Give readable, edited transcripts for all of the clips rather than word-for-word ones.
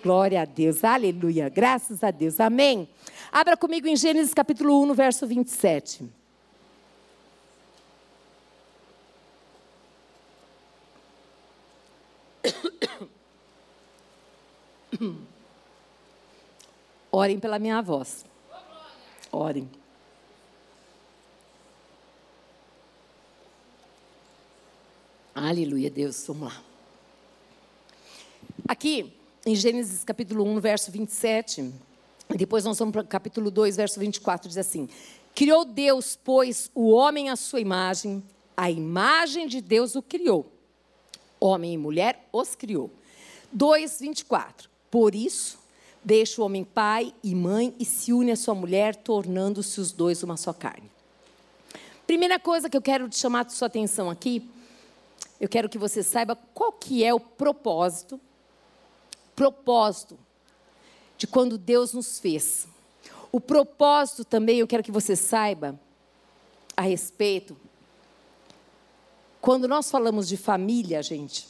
Glória a Deus, aleluia, graças a Deus, amém. Abra comigo em Gênesis capítulo 1, no verso 27. Orem pela minha voz. Orem. Aleluia, Deus, vamos lá. Aqui, em Gênesis capítulo 1, verso 27, depois nós vamos para o capítulo 2, verso 24, diz assim: criou Deus, pois, o homem à sua imagem, a imagem de Deus o criou. Homem e mulher os criou. 2, 24. Por isso, deixa o homem pai e mãe e se une à sua mulher, tornando-se os dois uma só carne. Primeira coisa que eu quero te chamar a sua atenção aqui, eu quero que você saiba qual que é o propósito de quando Deus nos fez. O propósito também, eu quero que você saiba a respeito. Quando nós falamos de família, gente,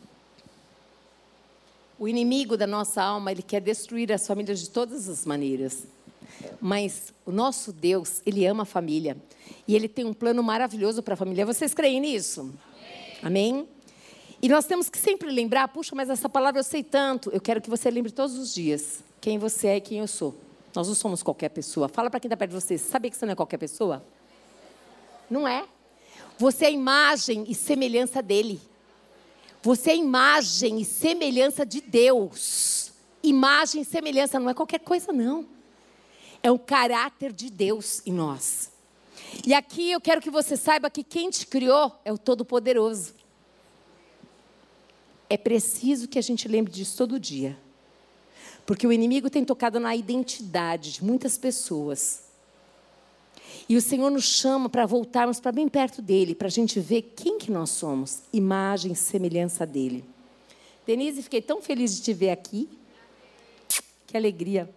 o inimigo da nossa alma, ele quer destruir as famílias de todas as maneiras. Mas o nosso Deus, ele ama a família. E ele tem um plano maravilhoso para a família. Vocês creem nisso? Amém? E nós temos que sempre lembrar, puxa, mas essa palavra eu sei tanto. Eu quero que você lembre todos os dias quem você é e quem eu sou. Nós não somos qualquer pessoa. Fala para quem está perto de você, sabia que você não é qualquer pessoa? Não é? Você é a imagem e semelhança dele. Você é a imagem e semelhança de Deus. Imagem e semelhança não é qualquer coisa, não. É o caráter de Deus em nós. E aqui eu quero que você saiba que quem te criou é o Todo-Poderoso. É preciso que a gente lembre disso todo dia. Porque o inimigo tem tocado na identidade de muitas pessoas. E o Senhor nos chama para voltarmos para bem perto dele, para a gente ver quem que nós somos. Imagem e semelhança dele. Denise, fiquei tão feliz de te ver aqui. Que alegria.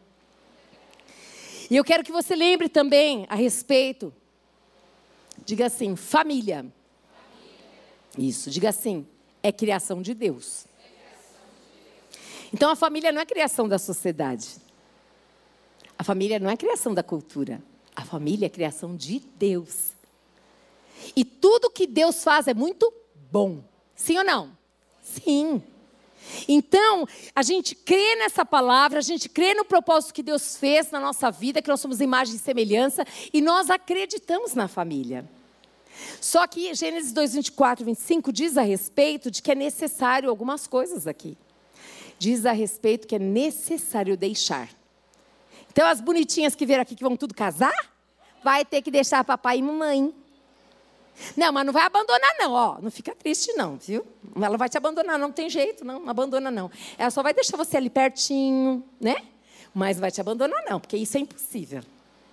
E eu quero que você lembre também a respeito. Diga assim, família. Isso, diga assim, é criação de Deus. Então a família não é criação da sociedade. A família não é criação da cultura. A família é criação de Deus. E tudo que Deus faz é muito bom. Sim ou não? Sim. Então, a gente crê nessa palavra, a gente crê no propósito que Deus fez na nossa vida, que nós somos imagem e semelhança, e nós acreditamos na família. Só que Gênesis 2, 24 e 25 diz a respeito de que é necessário algumas coisas aqui. Diz a respeito que é necessário deixar. Então, as bonitinhas que vieram aqui, que vão tudo casar, vai ter que deixar papai e mamãe. Não, mas não vai abandonar não, ó. Não fica triste não, viu? Ela vai te abandonar, não tem jeito, não abandona não. Ela só vai deixar você ali pertinho, né? Mas vai te abandonar não, porque isso é impossível.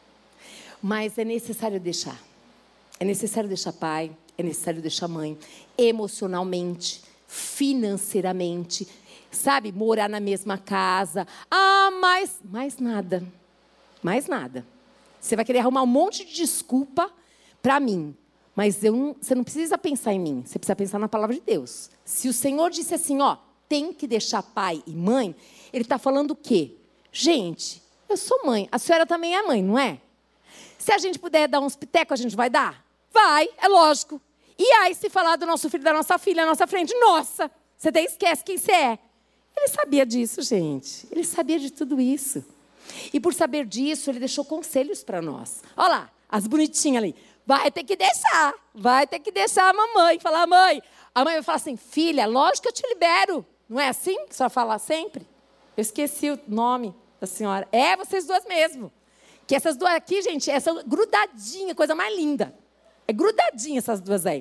Mas é necessário deixar. É necessário deixar pai, é necessário deixar mãe, emocionalmente, financeiramente, sabe? Morar na mesma casa. Ah, mas mais nada. Mais nada. Você vai querer arrumar um monte de desculpa para mim. Mas você não precisa pensar em mim, você precisa pensar na palavra de Deus. Se o Senhor disse assim, ó, tem que deixar pai e mãe, Ele está falando o quê? Gente, eu sou mãe, a senhora também é mãe, não é? Se a gente puder dar uns pitecos, a gente vai dar? Vai, é lógico. E aí, se falar do nosso filho, da nossa filha na nossa frente, nossa, você até esquece quem você é. Ele sabia disso, gente. Ele sabia de tudo isso. E por saber disso, Ele deixou conselhos para nós. Olha lá, as bonitinhas ali. Vai ter que deixar a mamãe. Falar, mãe. A mãe vai falar assim, filha, lógico que eu te libero. Não é assim que a senhora fala sempre? Eu esqueci o nome da senhora. É, vocês duas mesmo. Que essas duas aqui, gente, são grudadinhas, coisa mais linda. É grudadinha essas duas aí.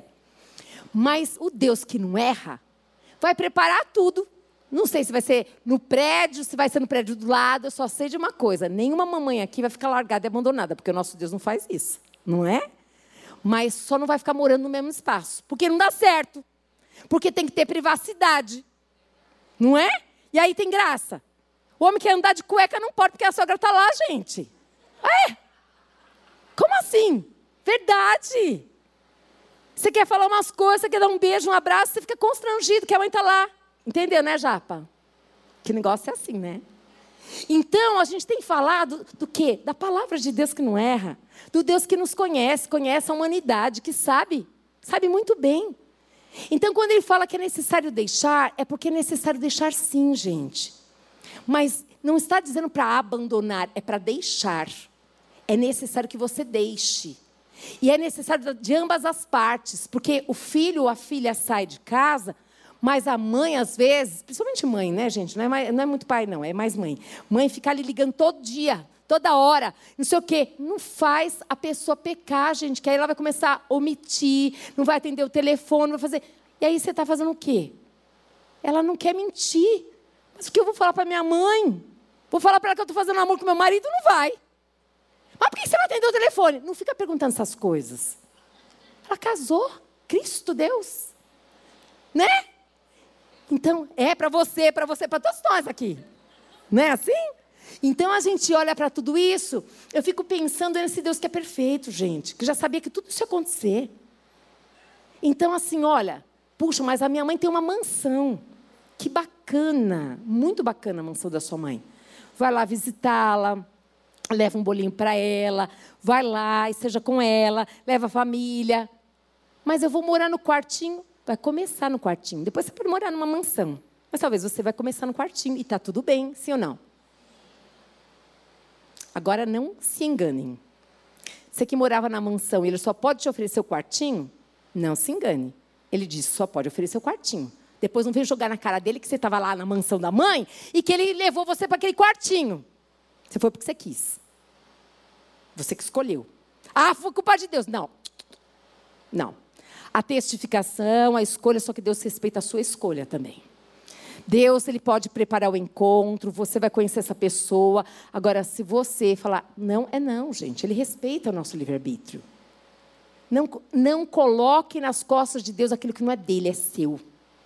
Mas o Deus que não erra, vai preparar tudo. Não sei se vai ser no prédio, se vai ser no prédio do lado. Eu só sei de uma coisa. Nenhuma mamãe aqui vai ficar largada e abandonada, porque o nosso Deus não faz isso. Não é? Mas só não vai ficar morando no mesmo espaço. Porque não dá certo. Porque tem que ter privacidade. Não é? E aí tem graça. O homem quer andar de cueca, não pode, porque a sogra está lá, gente. É? Como assim? Verdade. Você quer falar umas coisas, você quer dar um beijo, um abraço, você fica constrangido, que a mãe está lá. Entendeu, né, Japa? Que negócio é assim, né? Então, a gente tem falado do quê? Da palavra de Deus que não erra. Do Deus que nos conhece, conhece a humanidade, que sabe muito bem. Então, quando ele fala que é necessário deixar, é porque é necessário deixar sim, gente. Mas não está dizendo para abandonar, é para deixar. É necessário que você deixe. E é necessário de ambas as partes, porque o filho ou a filha sai de casa, mas a mãe, às vezes, principalmente mãe, né, gente? Não é muito pai, não, é mais mãe. Mãe fica ali ligando todo dia, toda hora, não sei o quê. Não faz a pessoa pecar, gente, que aí ela vai começar a omitir, não vai atender o telefone, vai fazer... E aí você está fazendo o quê? Ela não quer mentir. Mas o que eu vou falar para minha mãe? Vou falar para ela que eu estou fazendo amor com meu marido? Não vai. Mas por que você não atendeu o telefone? Não fica perguntando essas coisas. Ela casou. Cristo Deus. Né? Então, é para você, para todos nós aqui. Não é assim? Então, a gente olha para tudo isso, eu fico pensando nesse Deus que é perfeito, gente, que já sabia que tudo isso ia acontecer. Então, assim, olha, puxa, mas a minha mãe tem uma mansão. Que bacana, muito bacana a mansão da sua mãe. Vai lá visitá-la, leva um bolinho para ela, vai lá e seja com ela, leva a família. Mas eu vou morar no quartinho. Vai começar no quartinho. Depois você pode morar numa mansão. Mas talvez você vai começar no quartinho. E está tudo bem, sim ou não? Agora, não se enganem. Você que morava na mansão e ele só pode te oferecer o quartinho, não se engane. Ele disse, só pode oferecer o quartinho. Depois não vem jogar na cara dele que você estava lá na mansão da mãe e que ele levou você para aquele quartinho. Você foi porque você quis. Você que escolheu. Ah, foi culpa de Deus. Não. Não. A testificação, a escolha, só que Deus respeita a sua escolha também. Deus, Ele pode preparar o encontro, você vai conhecer essa pessoa. Agora, se você falar, não, é não, gente. Ele respeita o nosso livre-arbítrio. Não coloque nas costas de Deus aquilo que não é dele, é seu.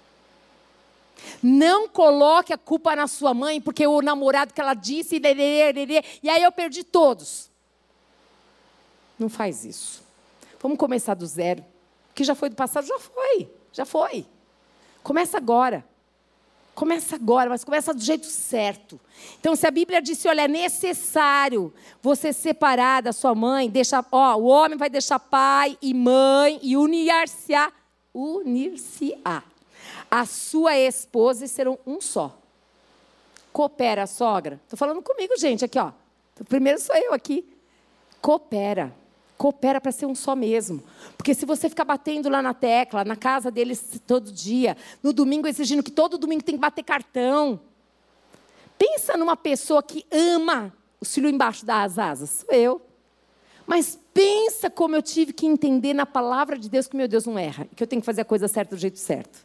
Não coloque a culpa na sua mãe, porque o namorado que ela disse, e aí eu perdi todos. Não faz isso. Vamos começar do zero. O que já foi do passado, já foi. Começa agora, mas começa do jeito certo. Então, se a Bíblia disse, olha, é necessário você separar da sua mãe, o homem vai deixar pai e mãe e unir-se-á a sua esposa e serão um só. Coopera, sogra. Estou falando comigo, gente, aqui, ó. Primeiro sou eu aqui. Coopera para ser um só mesmo. Porque se você ficar batendo lá na tecla, na casa deles todo dia, no domingo exigindo que todo domingo tem que bater cartão. Pensa numa pessoa que ama o filho embaixo das asas. Sou eu. Mas pensa como eu tive que entender na palavra de Deus que meu Deus não erra. Que eu tenho que fazer a coisa certa do jeito certo.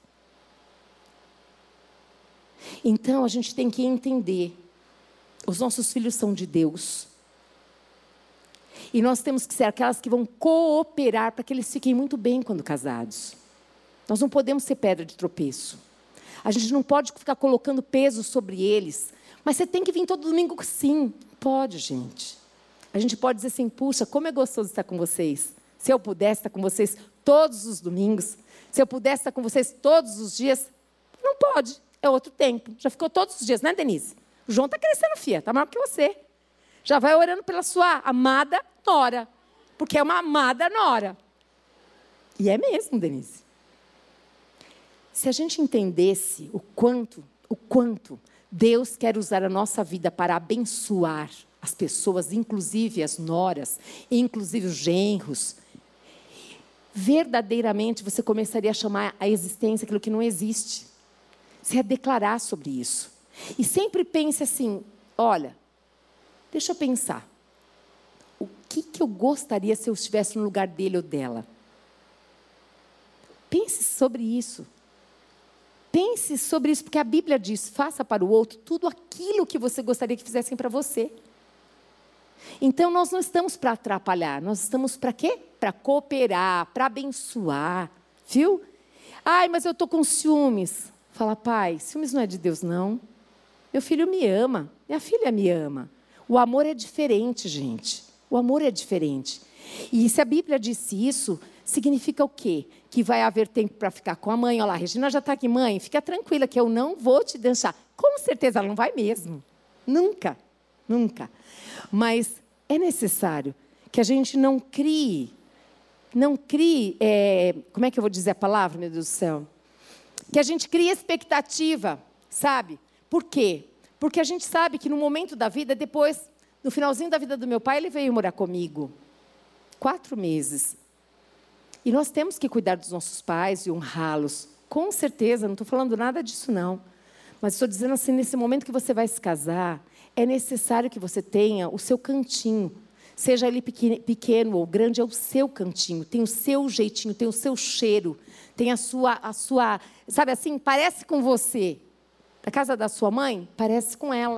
Então, a gente tem que entender. Os nossos filhos são de Deus. E nós temos que ser aquelas que vão cooperar para que eles fiquem muito bem quando casados. Nós não podemos ser pedra de tropeço. A gente não pode ficar colocando peso sobre eles. Mas você tem que vir todo domingo, sim. Não pode, gente. A gente pode dizer assim, puxa, como é gostoso estar com vocês. Se eu pudesse estar com vocês todos os domingos, se eu pudesse estar com vocês todos os dias, não pode. É outro tempo. Já ficou todos os dias, né, Denise? O João está crescendo, filha. Está maior que você. Já vai orando pela sua amada nora. Porque é uma amada nora. E é mesmo, Denise. Se a gente entendesse o quanto Deus quer usar a nossa vida para abençoar as pessoas, inclusive as noras, inclusive os genros, verdadeiramente você começaria a chamar a existência aquilo que não existe. Você ia declarar sobre isso. E sempre pense assim, olha, deixa eu pensar. O que eu gostaria se eu estivesse no lugar dele ou dela? Pense sobre isso. Pense sobre isso, porque a Bíblia diz, faça para o outro tudo aquilo que você gostaria que fizessem para você. Então, nós não estamos para atrapalhar, nós estamos para quê? Para cooperar, para abençoar, viu? Ai, mas eu estou com ciúmes. Fala, pai, ciúmes não é de Deus, não. Meu filho me ama, minha filha me ama. O amor é diferente, gente. O amor é diferente. E se a Bíblia disse isso, significa o quê? Que vai haver tempo para ficar com a mãe. Olha lá, a Regina já está aqui, mãe, fica tranquila que eu não vou te deixar. Com certeza ela não vai mesmo. Nunca, nunca. Mas é necessário que a gente não crie, como é que eu vou dizer a palavra, meu Deus do céu? Que a gente crie expectativa, sabe? Por quê? Porque a gente sabe que no momento da vida, depois, no finalzinho da vida do meu pai, ele veio morar comigo. 4 meses. E nós temos que cuidar dos nossos pais e honrá-los. Com certeza, não estou falando nada disso, não. Mas estou dizendo assim, nesse momento que você vai se casar, é necessário que você tenha o seu cantinho. Seja ele pequeno ou grande, é o seu cantinho. Tem o seu jeitinho, tem o seu cheiro. Tem a sua, sabe assim, parece com você. A casa da sua mãe, parece com ela.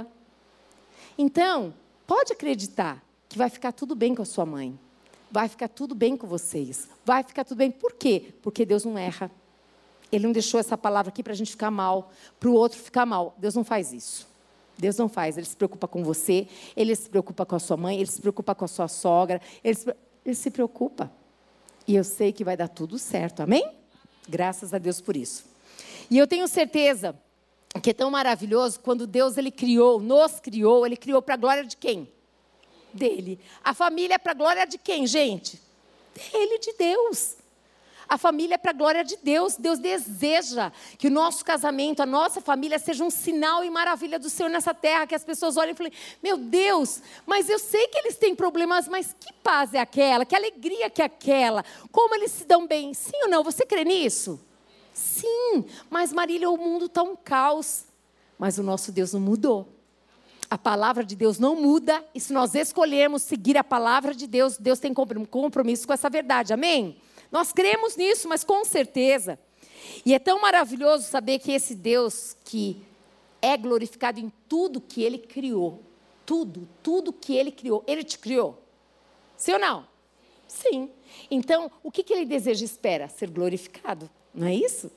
Então, pode acreditar que vai ficar tudo bem com a sua mãe. Vai ficar tudo bem com vocês. Vai ficar tudo bem. Por quê? Porque Deus não erra. Ele não deixou essa palavra aqui para a gente ficar mal, para o outro ficar mal. Deus não faz isso. Deus não faz. Ele se preocupa com você, Ele se preocupa com a sua mãe, Ele se preocupa com a sua sogra, Ele se preocupa. E eu sei que vai dar tudo certo. Amém? Graças a Deus por isso. E eu tenho certeza que é tão maravilhoso quando Deus Ele criou para a glória de quem? Dele. A família é para a glória de quem, gente? Dele, de Deus. A família é para a glória de Deus. Deus deseja que o nosso casamento, a nossa família, seja um sinal e maravilha do Senhor nessa terra, que as pessoas olhem e falem, meu Deus, mas eu sei que eles têm problemas, mas que paz é aquela, que alegria que é aquela, como eles se dão bem. Sim ou não? Você crê nisso? Sim, mas Marília, o mundo está um caos. Mas o nosso Deus não mudou. A palavra de Deus não muda, e se nós escolhermos seguir a palavra de Deus, Deus tem compromisso com essa verdade, amém? Nós cremos nisso, mas com certeza. E é tão maravilhoso saber que esse Deus que é glorificado em tudo que Ele criou, tudo que Ele criou, Ele te criou? Sim ou não? Sim. Então, o que Ele deseja e espera? Ser glorificado, não é isso?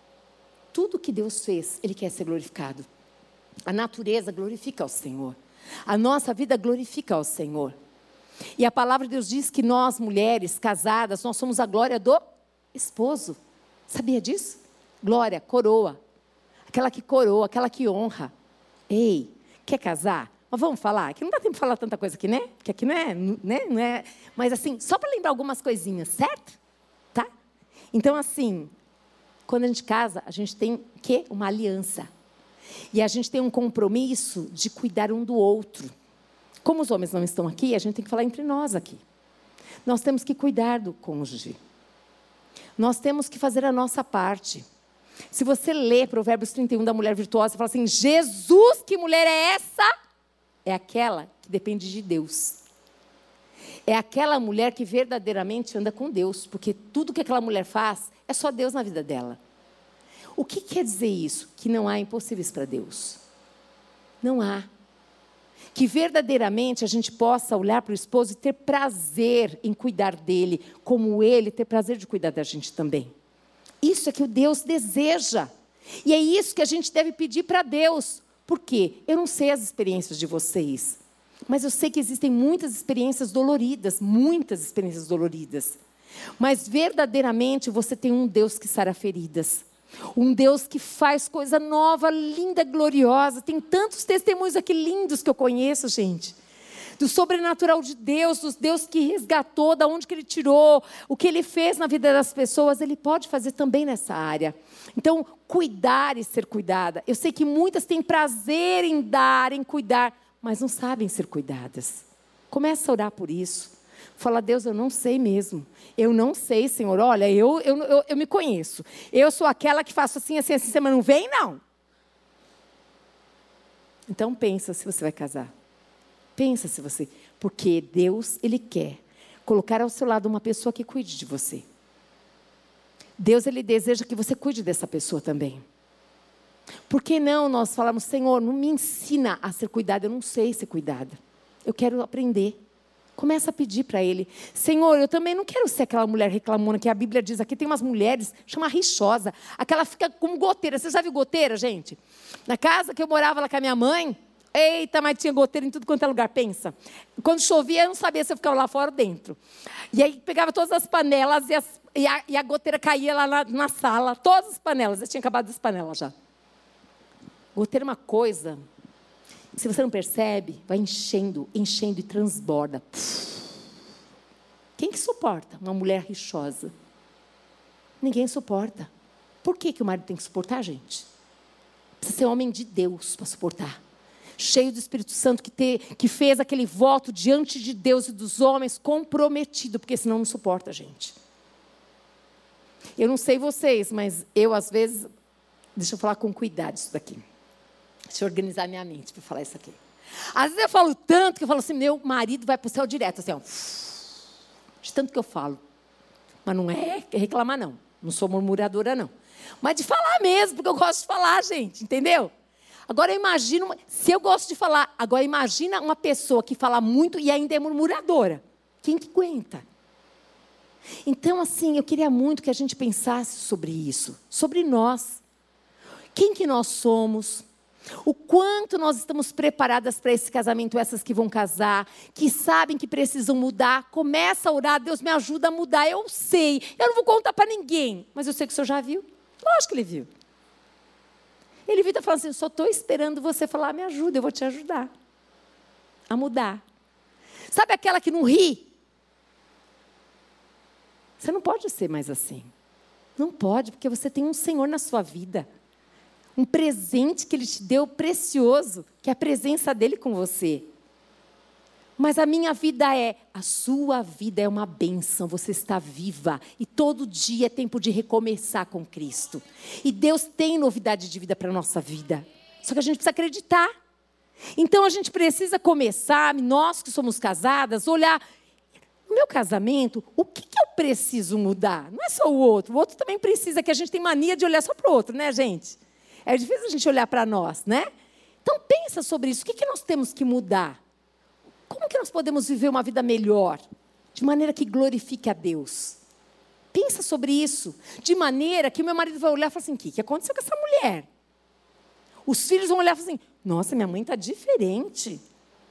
Tudo que Deus fez, Ele quer ser glorificado. A natureza glorifica ao Senhor. A nossa vida glorifica ao Senhor. E a palavra de Deus diz que nós, mulheres casadas, nós somos a glória do esposo. Sabia disso? Glória, coroa. Aquela que coroa, aquela que honra. Ei, quer casar? Mas vamos falar? Aqui não dá tempo de falar tanta coisa aqui, né? Porque aqui não é. Mas assim, só para lembrar algumas coisinhas, certo? Tá? Então assim, quando a gente casa, a gente tem o quê? Uma aliança. E a gente tem um compromisso de cuidar um do outro. Como os homens não estão aqui, a gente tem que falar entre nós aqui. Nós temos que cuidar do cônjuge. Nós temos que fazer a nossa parte. Se você lê Provérbios 31 da mulher virtuosa, você fala assim, Jesus, que mulher é essa? É aquela que depende de Deus. É aquela mulher que verdadeiramente anda com Deus. Porque tudo que aquela mulher faz, é só Deus na vida dela. O que quer dizer isso? Que não há impossíveis para Deus. Não há. Que verdadeiramente a gente possa olhar para o esposo e ter prazer em cuidar dele, como ele ter prazer de cuidar da gente também. Isso é que o Deus deseja. E é isso que a gente deve pedir para Deus. Por quê? Eu não sei as experiências de vocês, mas eu sei que existem muitas experiências doloridas, Mas verdadeiramente você tem um Deus que sara feridas. Um Deus que faz coisa nova, linda, gloriosa. Tem tantos testemunhos aqui lindos que eu conheço, gente. Do sobrenatural de Deus, dos Deus que resgatou, da onde que Ele tirou, o que Ele fez na vida das pessoas, Ele pode fazer também nessa área. Então, cuidar e ser cuidada. Eu sei que muitas têm prazer em dar, em cuidar, mas não sabem ser cuidadas. Começa a orar por isso. Fala, Deus, eu não sei mesmo. Eu não sei, Senhor. Olha, eu me conheço. Eu sou aquela que faço assim, mas não vem, não. Então, pensa se você vai casar. Pensa se você... Porque Deus, Ele quer colocar ao seu lado uma pessoa que cuide de você. Deus, Ele deseja que você cuide dessa pessoa também. Por que não nós falamos, Senhor, não me ensina a ser cuidada. Eu não sei ser cuidada. Eu quero aprender. Começa a pedir para Ele. Senhor, eu também não quero ser aquela mulher reclamona que a Bíblia diz aqui. Tem umas mulheres, chama rixosa. Aquela fica como goteira. Você já viu goteira, gente? Na casa que eu morava lá com a minha mãe, Eita, mas tinha goteira em tudo quanto é lugar, pensa. Quando chovia, eu não sabia se eu ficava lá fora ou dentro. E aí pegava todas as panelas e a goteira caía lá na sala. Todas as panelas, eu tinha acabado as panelas já. Goteira é uma coisa, se você não percebe, vai enchendo e transborda. Quem que suporta uma mulher rixosa? Ninguém suporta. Por que o marido tem que suportar, gente? Precisa ser homem de Deus para suportar. Cheio do Espírito Santo, que fez aquele voto diante de Deus e dos homens, comprometido, porque senão não suporta, gente. Eu não sei vocês, mas eu, às vezes, deixa eu falar com cuidado isso daqui. Deixa eu organizar minha mente para falar isso aqui. Às vezes eu falo tanto que eu falo assim, meu marido vai para o céu direto, assim, ó. De tanto que eu falo. Mas não é reclamar, não. Não sou murmuradora, não. Mas de falar mesmo, porque eu gosto de falar, gente, entendeu? Agora eu imagino, se eu gosto de falar, agora imagina uma pessoa que fala muito e ainda é murmuradora. Quem que aguenta? Então, assim, eu queria muito que a gente pensasse sobre isso, sobre nós. Quem que nós somos? O quanto nós estamos preparadas para esse casamento, essas que vão casar, que sabem que precisam mudar, começa a orar, Deus me ajuda a mudar, eu sei, eu não vou contar para ninguém, mas eu sei que o senhor já viu, lógico que ele viu. Ele viu e está falando assim, só estou esperando você falar, me ajuda, eu vou te ajudar a mudar. Sabe aquela que não ri? Você não pode ser mais assim. Não pode, porque você tem um Senhor na sua vida. Um presente que Ele te deu precioso, que é a presença dEle com você. Mas a minha vida a sua vida é uma bênção, você está viva. E todo dia é tempo de recomeçar com Cristo. E Deus tem novidade de vida para a nossa vida. Só que a gente precisa acreditar. Então a gente precisa começar, nós que somos casadas, olhar... No meu casamento, o que eu preciso mudar? Não é só o outro também precisa, que a gente tem mania de olhar só para o outro, né, gente? É difícil a gente olhar para nós, né? Então, pensa sobre isso. O que nós temos que mudar? Como que nós podemos viver uma vida melhor? De maneira que glorifique a Deus. Pensa sobre isso. De maneira que o meu marido vai olhar e falar assim, o que aconteceu com essa mulher? Os filhos vão olhar e falar assim, nossa, minha mãe está diferente.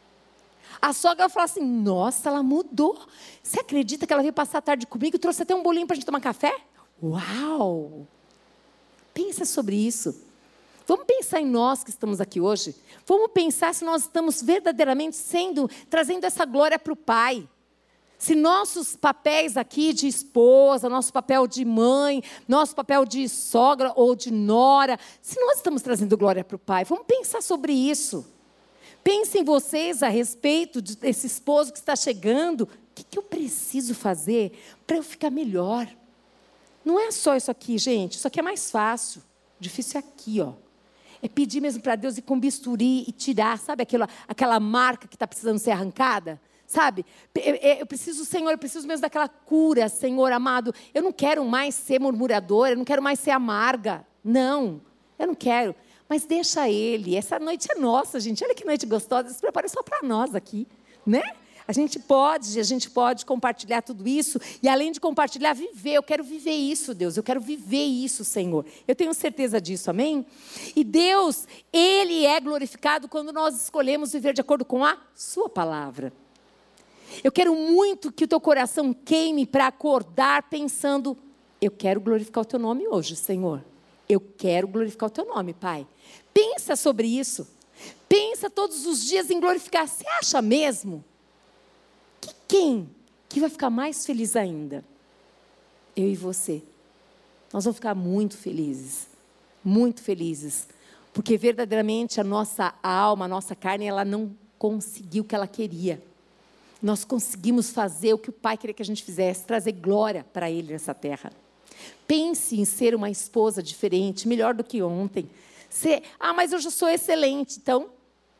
A sogra vai falar assim, nossa, ela mudou. Você acredita que ela veio passar a tarde comigo e trouxe até um bolinho para a gente tomar café? Uau! Pensa sobre isso. Vamos pensar em nós que estamos aqui hoje. Vamos pensar se nós estamos verdadeiramente trazendo essa glória para o Pai. Se nossos papéis aqui de esposa, nosso papel de mãe, nosso papel de sogra ou de nora, se nós estamos trazendo glória para o Pai, vamos pensar sobre isso. Pensem vocês a respeito desse esposo que está chegando. O que eu preciso fazer para eu ficar melhor? Não é só isso aqui, gente. Isso aqui é mais fácil. O difícil é aqui, ó. É pedir mesmo para Deus ir com bisturi e tirar, sabe, aquela marca que está precisando ser arrancada? Sabe? Eu preciso, Senhor, eu preciso mesmo daquela cura, Senhor amado. Eu não quero mais ser murmuradora, eu não quero mais ser amarga. Não, eu não quero. Mas deixa Ele. Essa noite é nossa, gente. Olha que noite gostosa. Se prepare só para nós aqui, né? A gente pode compartilhar tudo isso. E além de compartilhar, viver. Eu quero viver isso, Deus. Eu quero viver isso, Senhor. Eu tenho certeza disso, amém? E Deus, Ele é glorificado quando nós escolhemos viver de acordo com a Sua palavra. Eu quero muito que o teu coração queime para acordar pensando, eu quero glorificar o teu nome hoje, Senhor. Eu quero glorificar o teu nome, Pai. Pensa sobre isso. Pensa todos os dias em glorificar. Você acha mesmo que quem que vai ficar mais feliz ainda? Eu e você. Nós vamos ficar muito felizes. Muito felizes. Porque verdadeiramente a nossa alma, a nossa carne, ela não conseguiu o que ela queria. Nós conseguimos fazer o que o Pai queria que a gente fizesse, trazer glória para Ele nessa terra. Pense em ser uma esposa diferente, melhor do que ontem. Mas eu já sou excelente. Então,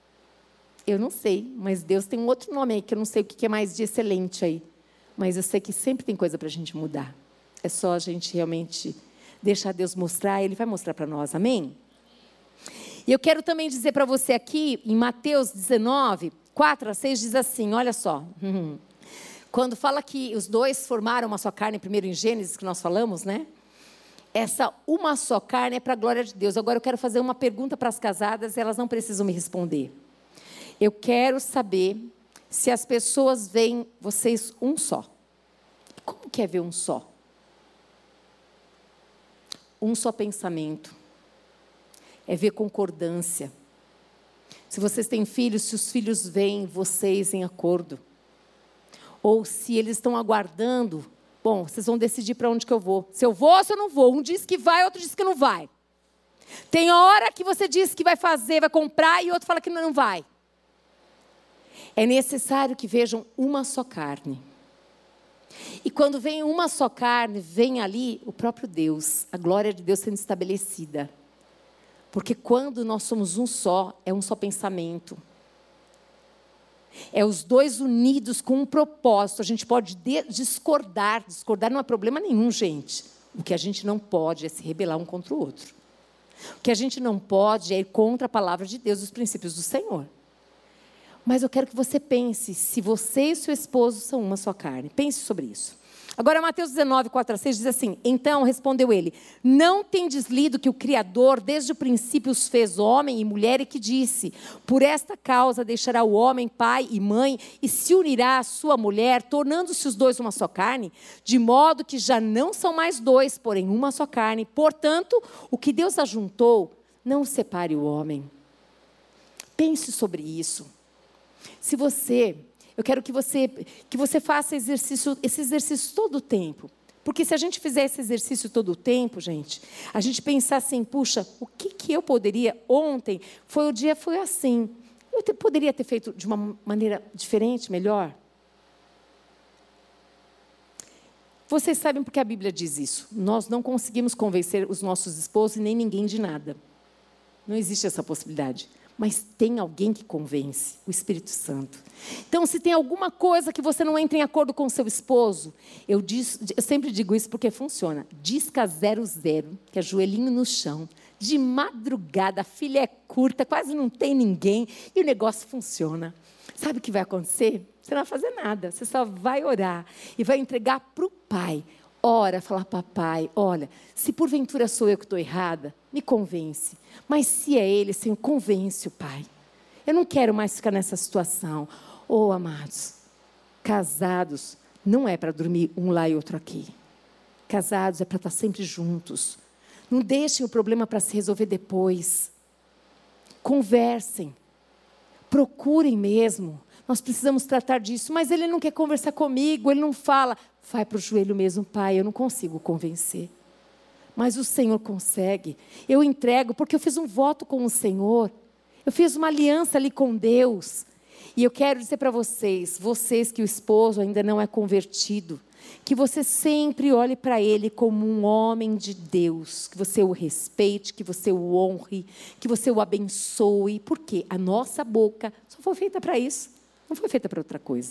eu não sei, mas Deus tem um outro nome aí, que eu não sei o que é mais de excelente aí. Mas eu sei que sempre tem coisa para a gente mudar. É só a gente realmente deixar Deus mostrar, Ele vai mostrar para nós, amém? E eu quero também dizer para você aqui, em Mateus 19, 4-6, diz assim, olha só. Quando fala que os dois formaram uma só carne, primeiro em Gênesis, que nós falamos, né? Essa uma só carne é para a glória de Deus. Agora eu quero fazer uma pergunta para as casadas e elas não precisam me responder. Eu quero saber se as pessoas veem vocês um só. Como que é ver um só? Um só pensamento. É ver concordância. Se vocês têm filhos, se os filhos veem vocês em acordo. Ou se eles estão aguardando, bom, vocês vão decidir para onde que eu vou. Se eu vou ou se eu não vou. Um diz que vai, outro diz que não vai. Tem hora que você diz que vai fazer, vai comprar, e outro fala que não vai. É necessário que vejam uma só carne. E quando vem uma só carne, vem ali o próprio Deus, a glória de Deus sendo estabelecida. Porque quando nós somos um só, é um só pensamento. É os dois unidos com um propósito. A gente pode discordar. Discordar não é problema nenhum, gente. O que a gente não pode é se rebelar um contra o outro. O que a gente não pode é ir contra a palavra de Deus e os princípios do Senhor. Mas eu quero que você pense, se você e seu esposo são uma só carne. Pense sobre isso. Agora, Mateus 19, 4-6 diz assim: então respondeu ele: não tendes lido que o Criador desde o princípio os fez homem e mulher, e que disse: por esta causa deixará o homem pai e mãe e se unirá à sua mulher, tornando-se os dois uma só carne, de modo que já não são mais dois, porém uma só carne. Portanto, o que Deus ajuntou, não separe o homem. Pense sobre isso. Se você... Eu quero que você faça esse exercício todo o tempo. Porque se a gente fizer esse exercício todo o tempo, gente, a gente pensar assim, puxa, o que eu poderia... Ontem, o dia foi assim. Eu poderia ter feito de uma maneira diferente, melhor? Vocês sabem porque a Bíblia diz isso. Nós não conseguimos convencer os nossos esposos e nem ninguém de nada. Não existe essa possibilidade. Mas tem alguém que convence, o Espírito Santo. Então, se tem alguma coisa que você não entra em acordo com o seu esposo, eu sempre digo isso porque funciona. Disca 00, que é joelhinho no chão, de madrugada, a filha é curta, quase não tem ninguém, e o negócio funciona. Sabe o que vai acontecer? Você não vai fazer nada, você só vai orar e vai entregar para o pai. Ora, falar, papai, olha, se porventura sou eu que estou errada, me convence. Mas se é ele, Senhor, convence o pai. Eu não quero mais ficar nessa situação. Oh, amados, casados não é para dormir um lá e outro aqui. Casados é para estar sempre juntos. Não deixem o problema para se resolver depois. Conversem. Procurem mesmo. Nós precisamos tratar disso. Mas ele não quer conversar comigo, ele não fala. Vai para o joelho mesmo, pai, eu não consigo convencer. Mas o Senhor consegue. Eu entrego, porque eu fiz um voto com o Senhor. Eu fiz uma aliança ali com Deus. E eu quero dizer para vocês que o esposo ainda não é convertido, que você sempre olhe para ele como um homem de Deus, que você o respeite, que você o honre, que você o abençoe. Por quê? A nossa boca só foi feita para isso, não foi feita para outra coisa.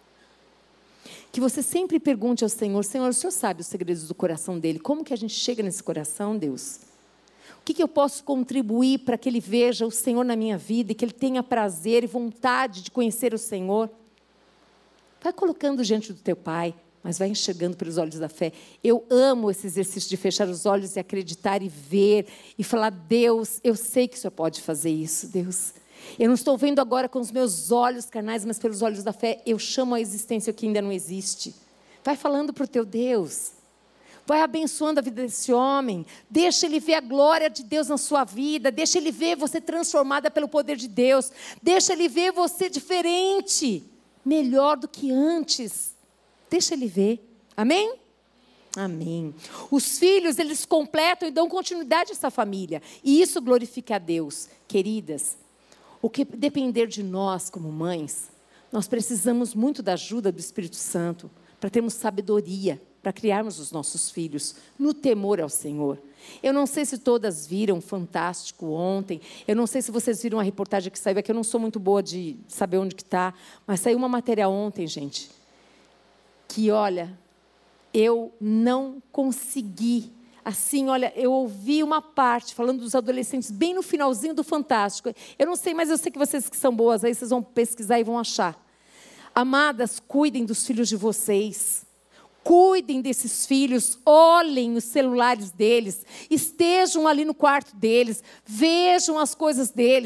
Que você sempre pergunte ao Senhor, Senhor, o Senhor sabe os segredos do coração dele, como que a gente chega nesse coração, Deus? O que eu posso contribuir para que ele veja o Senhor na minha vida e que ele tenha prazer e vontade de conhecer o Senhor? Vai colocando diante do teu pai, mas vai enxergando pelos olhos da fé. Eu amo esse exercício de fechar os olhos e acreditar e ver e falar, Deus, eu sei que o Senhor pode fazer isso, Deus. Eu não estou vendo agora com os meus olhos carnais, mas pelos olhos da fé, eu chamo a existência que ainda não existe. Vai falando para o teu Deus. Vai abençoando a vida desse homem. Deixa ele ver a glória de Deus na sua vida. Deixa ele ver você transformada pelo poder de Deus. Deixa ele ver você diferente. Melhor do que antes. Deixa ele ver. Amém? Amém. Os filhos, eles completam e dão continuidade a essa família. E isso glorifica a Deus. Queridas, o que depender de nós como mães, nós precisamos muito da ajuda do Espírito Santo para termos sabedoria, para criarmos os nossos filhos no temor ao Senhor. Eu não sei se todas viram Fantástico ontem, eu não sei se vocês viram a reportagem que saiu, é que eu não sou muito boa de saber onde que está, mas saiu uma matéria ontem, gente, que, olha, eu não consegui. Assim, olha, eu ouvi uma parte falando dos adolescentes bem no finalzinho do Fantástico. Eu não sei, mas eu sei que vocês que são boas aí, vocês vão pesquisar e vão achar. Amadas, cuidem dos filhos de vocês. Cuidem desses filhos, olhem os celulares deles, estejam ali no quarto deles, vejam as coisas deles.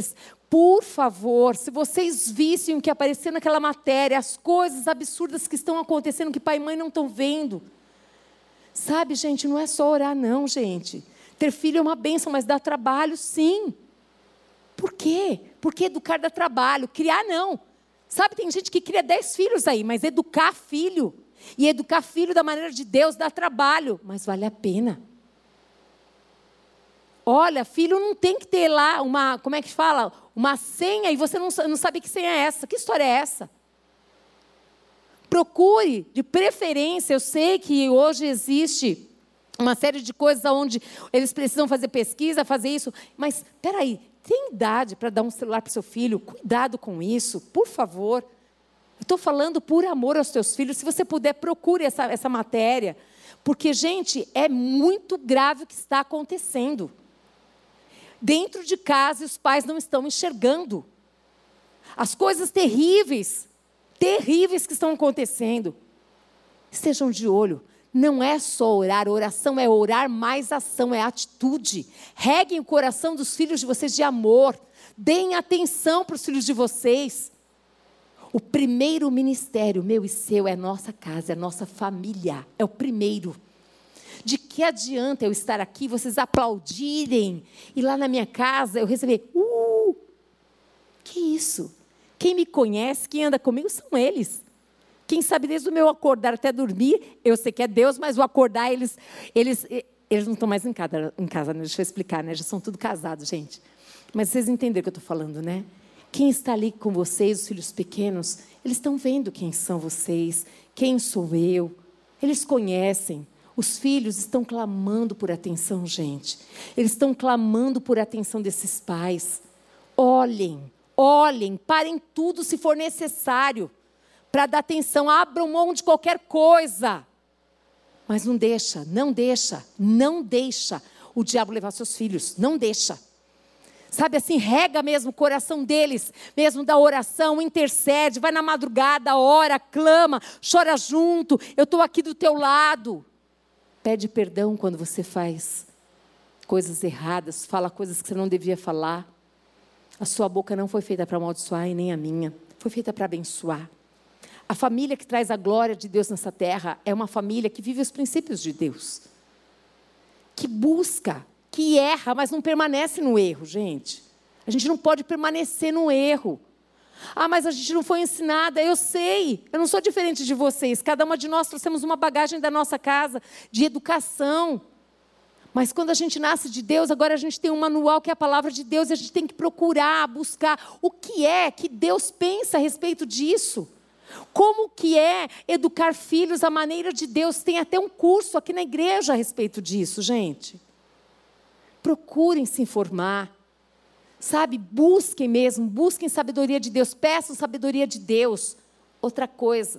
Por favor, se vocês vissem o que apareceu naquela matéria, as coisas absurdas que estão acontecendo, que pai e mãe não estão vendo. Sabe, gente, não é só orar não, gente. Ter filho é uma bênção, mas dá trabalho, sim. Por quê? Porque educar dá trabalho, criar não. Sabe, tem gente que cria 10 filhos aí, mas educar filho, e educar filho da maneira de Deus dá trabalho, mas vale a pena. Olha, filho não tem que ter lá uma, como é que fala? Uma senha e você não sabe que senha é essa. Que história é essa? Procure, de preferência, eu sei que hoje existe uma série de coisas onde eles precisam fazer pesquisa, fazer isso, mas, espera aí, tem idade para dar um celular para o seu filho? Cuidado com isso, por favor. Eu estou falando por amor aos teus filhos. Se você puder, procure essa matéria, porque, gente, é muito grave o que está acontecendo. Dentro de casa, os pais não estão enxergando as coisas terríveis que estão acontecendo. Estejam de olho. Não é só orar, oração é orar mais ação, é atitude. Reguem o coração dos filhos de vocês de amor. Deem atenção para os filhos de vocês. O primeiro ministério, meu e seu, é a nossa casa, é a nossa família. É o primeiro. De que adianta eu estar aqui, vocês aplaudirem, e lá na minha casa eu receber, que isso? Quem me conhece, quem anda comigo, são eles. Quem sabe desde o meu acordar até dormir, eu sei que é Deus, mas o acordar, eles não estão mais em casa, né? Deixa eu explicar, né? Já são tudo casados, gente. Mas vocês entenderam o que eu estou falando, né? Quem está ali com vocês, os filhos pequenos, eles estão vendo quem são vocês, quem sou eu, eles conhecem. Os filhos estão clamando por atenção, gente. Eles estão clamando por atenção desses pais. Olhem, parem tudo se for necessário para dar atenção, abram mão de qualquer coisa. Mas não deixa o diabo levar seus filhos, não deixa. Sabe assim, rega mesmo o coração deles, mesmo da oração, intercede, vai na madrugada, ora, clama, chora junto, eu estou aqui do teu lado. Pede perdão quando você faz coisas erradas, fala coisas que você não devia falar. A sua boca não foi feita para amaldiçoar e nem a minha, foi feita para abençoar. A família que traz a glória de Deus nessa terra é uma família que vive os princípios de Deus. Que busca, que erra, mas não permanece no erro, gente. A gente não pode permanecer no erro. Mas a gente não foi ensinada, eu sei, eu não sou diferente de vocês. Cada uma de nós trouxemos uma bagagem da nossa casa, de educação. Mas quando a gente nasce de Deus, agora a gente tem um manual que é a palavra de Deus, e a gente tem que procurar, buscar o que é que Deus pensa a respeito disso. Como que é educar filhos à maneira de Deus? Tem até um curso aqui na igreja a respeito disso, gente. Procurem se informar. Sabe, busquem sabedoria de Deus, peçam sabedoria de Deus. Outra coisa,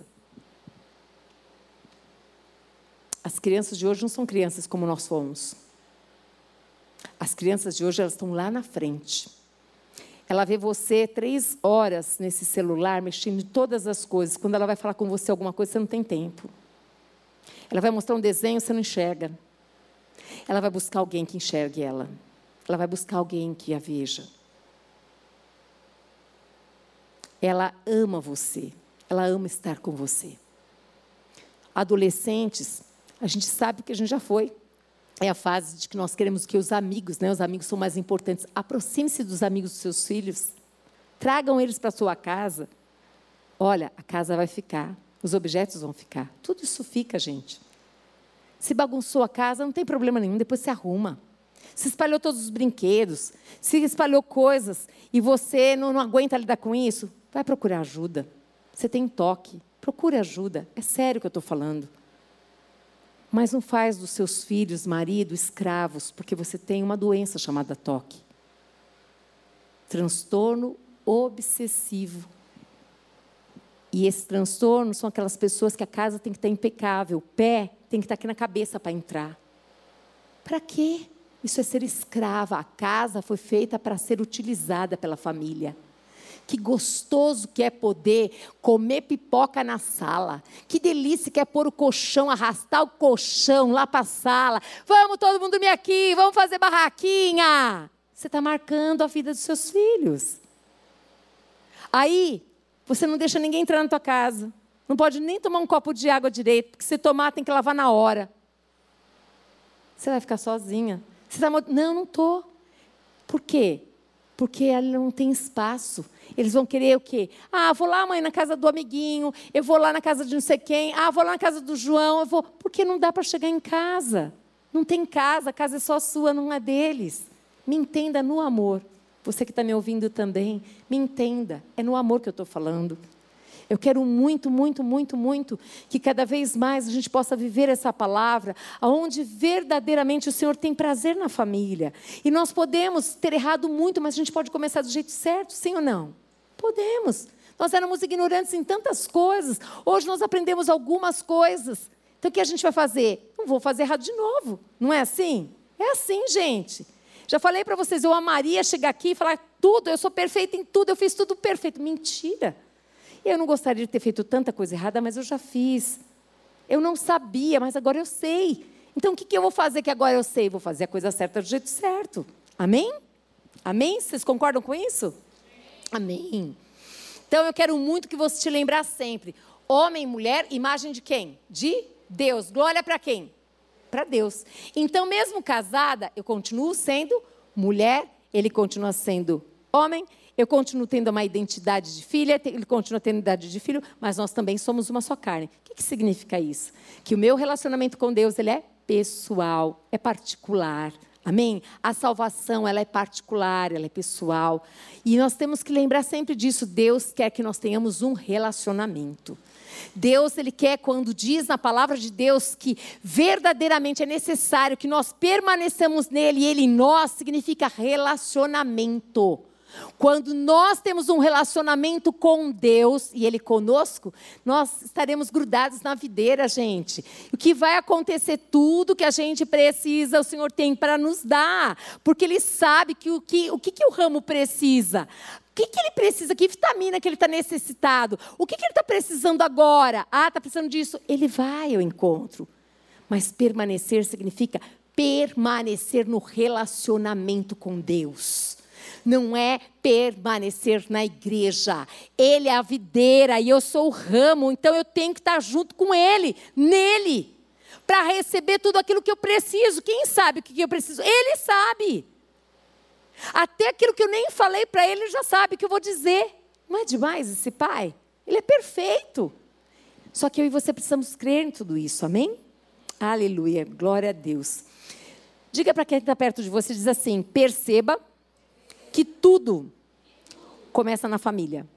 as crianças de hoje não são crianças como nós fomos. As crianças de hoje, elas estão lá na frente. Ela vê você 3 horas nesse celular, mexendo em todas as coisas. Quando ela vai falar com você alguma coisa, você não tem tempo. Ela vai mostrar um desenho, você não enxerga. Ela vai buscar alguém que enxergue ela. Ela vai buscar alguém que a veja. Ela ama você. Ela ama estar com você. Adolescentes, a gente sabe que a gente já foi. É a fase de que nós queremos que os amigos, né? Os amigos são mais importantes. Aproxime-se dos amigos dos seus filhos. Tragam eles para a sua casa. Olha, a casa vai ficar. Os objetos vão ficar. Tudo isso fica, gente. Se bagunçou a casa, não tem problema nenhum. Depois se arruma. Se espalhou todos os brinquedos, se espalhou coisas e você não aguenta lidar com isso, vai procurar ajuda. Você tem toque, procure ajuda. É sério que eu estou falando. Mas não faz dos seus filhos, marido, escravos, porque você tem uma doença chamada toque. Transtorno obsessivo. E esse transtorno são aquelas pessoas que a casa tem que estar impecável, o pé tem que estar aqui na cabeça para entrar. Para quê? Isso é ser escrava. A casa foi feita para ser utilizada pela família. Que gostoso que é poder comer pipoca na sala. Que delícia que é pôr o colchão, arrastar o colchão lá para a sala. Vamos todo mundo dormir aqui, vamos fazer barraquinha. Você está marcando a vida dos seus filhos. Aí, você não deixa ninguém entrar na tua casa. Não pode nem tomar um copo de água direito, porque se tomar, tem que lavar na hora. Você vai ficar sozinha. Você tá não estou. Por quê? Porque ela não tem espaço. Eles vão querer o quê? Ah, vou lá, mãe, na casa do amiguinho. Eu vou lá na casa de não sei quem. Ah, vou lá na casa do João. Eu vou. Porque não dá para chegar em casa. Não tem casa. A casa é só sua, não é deles. Me entenda no amor. Você que está me ouvindo também, me entenda. É no amor que eu estou falando. Eu quero muito, muito, muito, muito que cada vez mais a gente possa viver essa palavra, onde verdadeiramente o Senhor tem prazer na família. E nós podemos ter errado muito, mas a gente pode começar do jeito certo, sim ou não? Podemos. Nós éramos ignorantes em tantas coisas. Hoje nós aprendemos algumas coisas. Então o que a gente vai fazer? Não vou fazer errado de novo. Não é assim? É assim, gente. Já falei para vocês, eu amaria chegar aqui e falar tudo, eu sou perfeita em tudo, eu fiz tudo perfeito. Mentira. Eu não gostaria de ter feito tanta coisa errada, mas eu já fiz. Eu não sabia, mas agora eu sei. Então, o que eu vou fazer que agora eu sei? Vou fazer a coisa certa do jeito certo. Amém? Amém? Vocês concordam com isso? Amém. Então, eu quero muito que você te lembrar sempre. Homem e mulher, imagem de quem? De Deus. Glória para quem? Para Deus. Então, mesmo casada, eu continuo sendo mulher, ele continua sendo homem. Eu continuo tendo uma identidade de filha, ele continua tendo identidade de filho, mas nós também somos uma só carne. O que significa isso? Que o meu relacionamento com Deus, ele é pessoal, é particular. Amém? A salvação, ela é particular, ela é pessoal. E nós temos que lembrar sempre disso. Deus quer que nós tenhamos um relacionamento. Deus, ele quer, quando diz na palavra de Deus que verdadeiramente é necessário que nós permaneçamos nele, e ele em nós, significa relacionamento. Quando nós temos um relacionamento com Deus e Ele conosco, nós estaremos grudados na videira, gente. O que vai acontecer, tudo que a gente precisa, o Senhor tem para nos dar. Porque Ele sabe que o que o ramo precisa. O que ele precisa? Que vitamina que ele está necessitado? O que ele está precisando agora? Ah, está precisando disso. Ele vai ao encontro. Mas permanecer significa permanecer no relacionamento com Deus. Não é permanecer na igreja. Ele é a videira e eu sou o ramo, então eu tenho que estar junto com ele, nele, para receber tudo aquilo que eu preciso. Quem sabe o que eu preciso? Ele sabe. Até aquilo que eu nem falei para ele, ele já sabe o que eu vou dizer. Não é demais esse pai? Ele é perfeito. Só que eu e você precisamos crer em tudo isso, amém? Aleluia, glória a Deus. Diga para quem está perto de você, diz assim, perceba que tudo começa na família.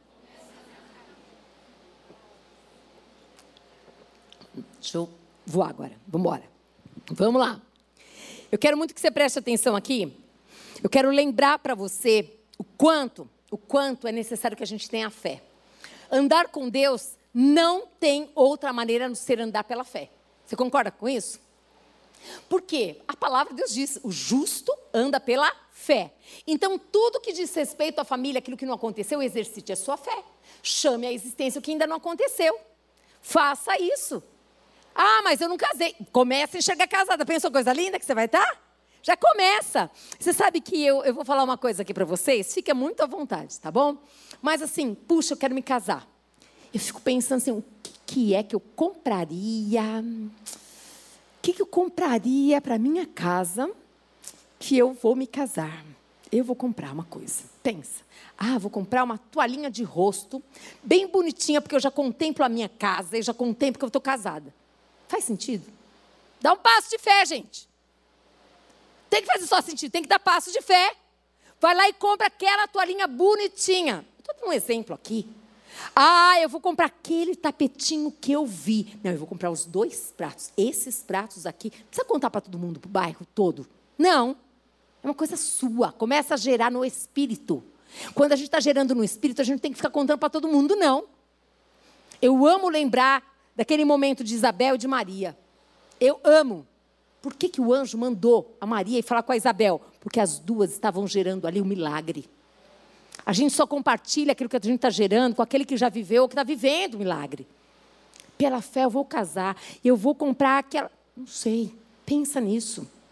Deixa eu voar agora. Vamos embora. Vamos lá. Eu quero muito que você preste atenção aqui. Eu quero lembrar para você o quanto é necessário que a gente tenha fé. Andar com Deus não tem outra maneira a não ser andar pela fé. Você concorda com isso? Porque a palavra de Deus diz, o justo anda pela fé. Então, tudo que diz respeito à família, aquilo que não aconteceu, exercite a sua fé. Chame à existência o que ainda não aconteceu. Faça isso. Ah, mas eu não casei. Começa a enxergar casada. Pensou coisa linda que você vai estar? Já começa. Você sabe que eu vou falar uma coisa aqui para vocês? Fica muito à vontade, tá bom? Mas assim, puxa, eu quero me casar. Eu fico pensando assim, o que é que eu compraria? O que eu compraria para minha casa que eu vou me casar? Eu vou comprar uma coisa. Pensa. Ah, vou comprar uma toalhinha de rosto, bem bonitinha, porque eu já contemplo a minha casa, eu já contemplo que eu estou casada. Faz sentido? Dá um passo de fé, gente. Tem que fazer só sentido, tem que dar passo de fé. Vai lá e compra aquela toalhinha bonitinha. Estou dando um exemplo aqui. Ah, eu vou comprar aquele tapetinho que eu vi. Não, eu vou comprar os 2 pratos. Esses pratos aqui. Não precisa contar para todo mundo, para o bairro todo. Não. É uma coisa sua. Começa a gerar no espírito. Quando a gente está gerando no espírito, a gente tem que ficar contando para todo mundo, não. Eu amo lembrar daquele momento de Isabel e de Maria. Eu amo. Por que o anjo mandou a Maria ir falar com a Isabel? Porque as duas estavam gerando ali um milagre. A gente só compartilha aquilo que a gente está gerando com aquele que já viveu ou que está vivendo o milagre. Pela fé eu vou casar, eu vou comprar aquela... Não sei, pensa nisso.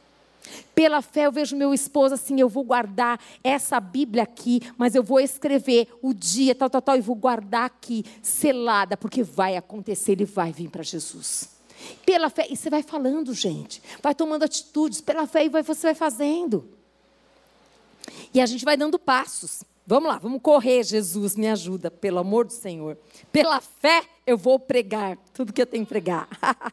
Pela fé eu vejo meu esposo assim, eu vou guardar essa Bíblia aqui, mas eu vou escrever o dia, tal, e vou guardar aqui, selada, porque vai acontecer, ele vai vir para Jesus. Pela fé, e você vai falando, gente, vai tomando atitudes, pela fé e você vai fazendo. E a gente vai dando passos. Vamos lá, vamos correr, Jesus, me ajuda, pelo amor do Senhor. Pela fé eu vou pregar tudo que eu tenho que pregar.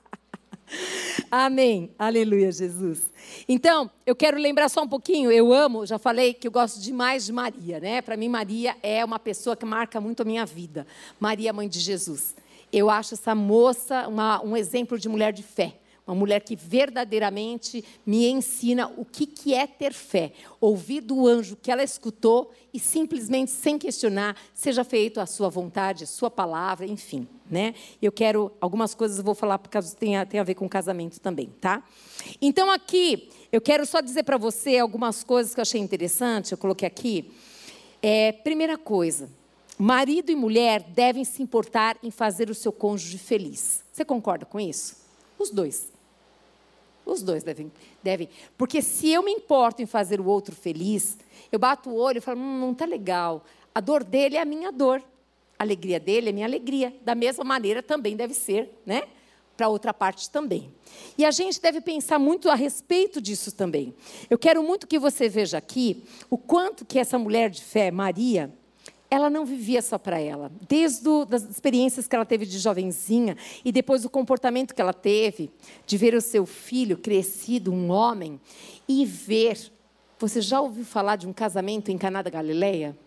Amém, aleluia, Jesus. Então, eu quero lembrar só um pouquinho, eu amo, já falei que eu gosto demais de Maria, né? Para mim, Maria é uma pessoa que marca muito a minha vida. Maria, mãe de Jesus. Eu acho essa moça um exemplo de mulher de fé. Uma mulher que verdadeiramente me ensina o que é ter fé. Ouvir do anjo que ela escutou e simplesmente, sem questionar, seja feito a sua vontade, a sua palavra, enfim. Né? Eu quero, algumas coisas eu vou falar porque tem a ver com casamento também, tá? Então aqui, eu quero só dizer para você algumas coisas que eu achei interessante, eu coloquei aqui. Primeira coisa, marido e mulher devem se importar em fazer o seu cônjuge feliz. Você concorda com isso? Os dois. Os dois devem. Porque se eu me importo em fazer o outro feliz, eu bato o olho e falo, não está legal. A dor dele é a minha dor. A alegria dele é a minha alegria. Da mesma maneira também deve ser, né? Para a outra parte também. E a gente deve pensar muito a respeito disso também. Eu quero muito que você veja aqui o quanto que essa mulher de fé, Maria, ela não vivia só para ela. Desde as experiências que ela teve de jovenzinha e depois o comportamento que ela teve de ver o seu filho crescido, um homem, e ver... Você já ouviu falar de um casamento em Caná da Galileia?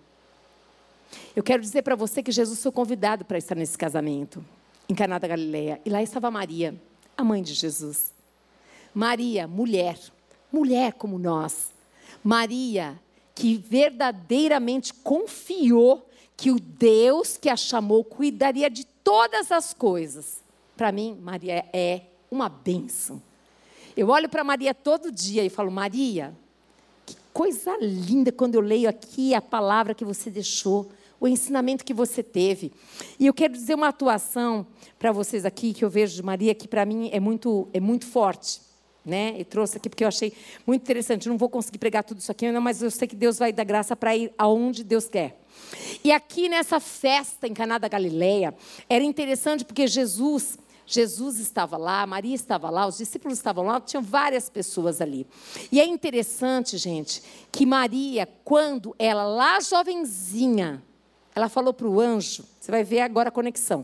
Eu quero dizer para você que Jesus foi convidado para estar nesse casamento, em Caná da Galileia. E lá estava Maria, a mãe de Jesus. Maria, mulher como nós. Maria, que verdadeiramente confiou que o Deus que a chamou cuidaria de todas as coisas. Para mim, Maria é uma bênção. Eu olho para Maria todo dia e falo, Maria, que coisa linda quando eu leio aqui a palavra que você deixou, o ensinamento que você teve. E eu quero dizer uma atuação para vocês aqui, que eu vejo de Maria, que para mim é muito forte. Né? Eu trouxe aqui porque eu achei muito interessante. Eu não vou conseguir pregar tudo isso aqui ainda, mas eu sei que Deus vai dar graça para ir aonde Deus quer. E aqui nessa festa em Caná da Galileia, era interessante porque Jesus estava lá, Maria estava lá, os discípulos estavam lá, tinham várias pessoas ali. E é interessante, gente, que Maria, quando ela lá jovenzinha, ela falou para o anjo, você vai ver agora a conexão,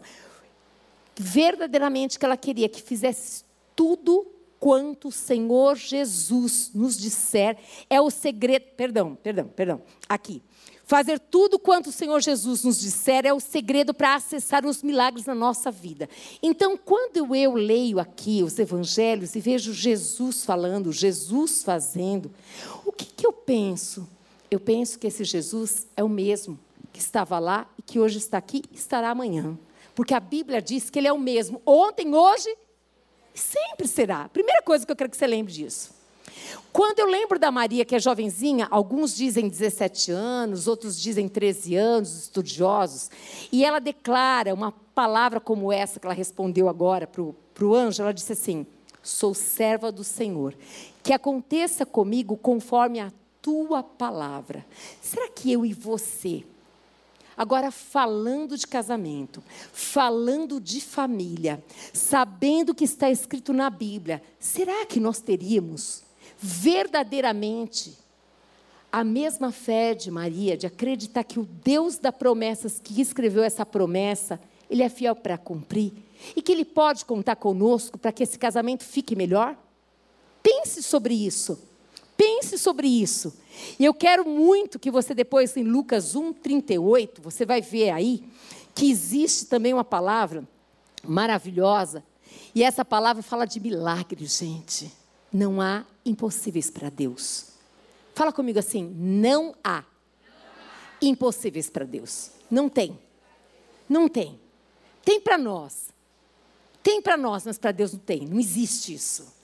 verdadeiramente que ela queria que fizesse tudo quanto o Senhor Jesus nos disser, é o segredo, perdão, aqui. Fazer tudo quanto o Senhor Jesus nos disser é o segredo para acessar os milagres na nossa vida. Então, quando eu leio aqui os evangelhos e vejo Jesus falando, Jesus fazendo, o que eu penso? Eu penso que esse Jesus é o mesmo que estava lá e que hoje está aqui e estará amanhã. Porque a Bíblia diz que Ele é o mesmo ontem, hoje sempre será. Primeira coisa que eu quero que você lembre disso. Quando eu lembro da Maria, que é jovenzinha, alguns dizem 17 anos, outros dizem 13 anos, estudiosos, e ela declara uma palavra como essa que ela respondeu agora para o anjo, ela disse assim, sou serva do Senhor, que aconteça comigo conforme a tua palavra. Será que eu e você... Agora, falando de casamento, falando de família, sabendo o que está escrito na Bíblia, será que nós teríamos verdadeiramente a mesma fé de Maria, de acreditar que o Deus das promessas que escreveu essa promessa, Ele é fiel para cumprir e que Ele pode contar conosco para que esse casamento fique melhor? Pense sobre isso. Pense sobre isso. E eu quero muito que você depois, em Lucas 1:38, você vai ver aí que existe também uma palavra maravilhosa. E essa palavra fala de milagre, gente. Não há impossíveis para Deus. Fala comigo assim, não há impossíveis para Deus. Não tem. Não tem. Tem para nós. Tem para nós, mas para Deus não tem. Não existe isso.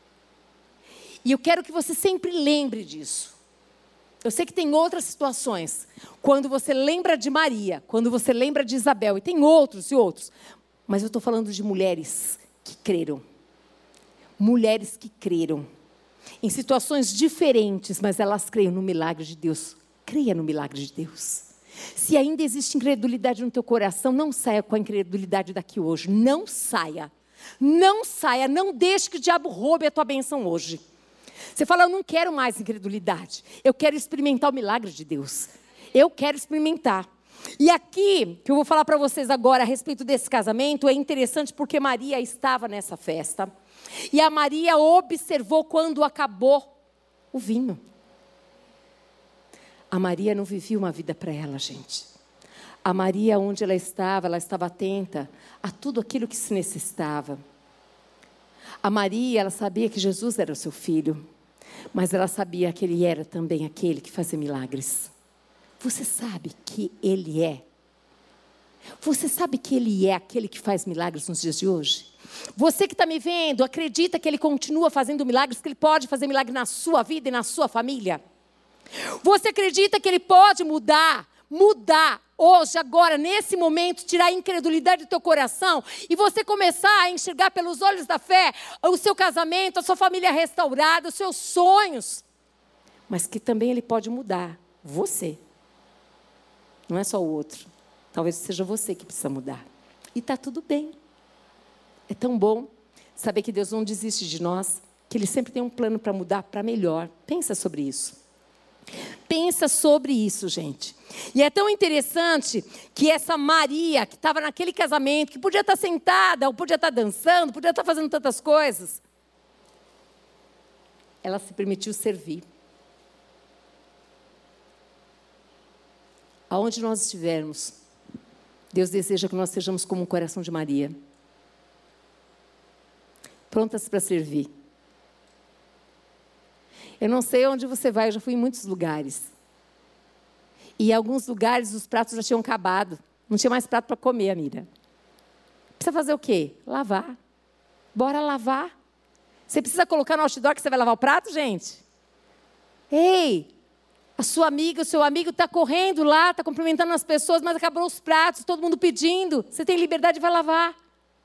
E eu quero que você sempre lembre disso. Eu sei que tem outras situações. Quando você lembra de Maria, quando você lembra de Isabel, e tem outros e outros. Mas eu estou falando de mulheres que creram. Mulheres que creram. em situações diferentes, mas elas creem no milagre de Deus. Creia no milagre de Deus. Se ainda existe incredulidade no teu coração, não saia com a incredulidade daqui hoje. Não saia. Não saia, não deixe que o diabo roube a tua bênção hoje. Você fala, eu não quero mais incredulidade. Eu quero experimentar o milagre de Deus. Eu quero experimentar. E aqui, que eu vou falar para vocês agora a respeito desse casamento, é interessante porque Maria estava nessa festa. E a Maria observou quando acabou o vinho. A Maria não vivia uma vida para ela, gente. A Maria, onde ela estava atenta a tudo aquilo que se necessitava. A Maria, ela sabia que Jesus era o seu filho, mas ela sabia que ele era também aquele que fazia milagres. Você sabe que ele é? Você sabe que ele é aquele que faz milagres nos dias de hoje? Você que está me vendo, acredita que ele continua fazendo milagres, que ele pode fazer milagre na sua vida e na sua família? Você acredita que ele pode mudar hoje, agora, nesse momento, tirar a incredulidade do teu coração e você começar a enxergar pelos olhos da fé o seu casamento, a sua família restaurada, os seus sonhos? Mas que também ele pode mudar você. Não é só o outro. Talvez seja você que precisa mudar. E está tudo bem. É tão bom saber que Deus não desiste de nós, que Ele sempre tem um plano para mudar para melhor. Pensa sobre isso. Pensa sobre isso, gente. E é tão interessante que essa Maria, que estava naquele casamento, que podia estar sentada, ou podia estar dançando, podia estar fazendo tantas coisas, ela se permitiu servir. Aonde nós estivermos, Deus deseja que nós sejamos como o coração de Maria. Prontas para servir. Eu não sei onde você vai, eu já fui em muitos lugares. E em alguns lugares os pratos já tinham acabado. Não tinha mais prato para comer, Amira. Precisa fazer o quê? Lavar. Bora lavar. Você precisa colocar no outdoor que você vai lavar o prato, gente? Ei, a sua amiga, o seu amigo está correndo lá, está cumprimentando as pessoas, mas acabou os pratos, todo mundo pedindo. Você tem liberdade, vai lavar.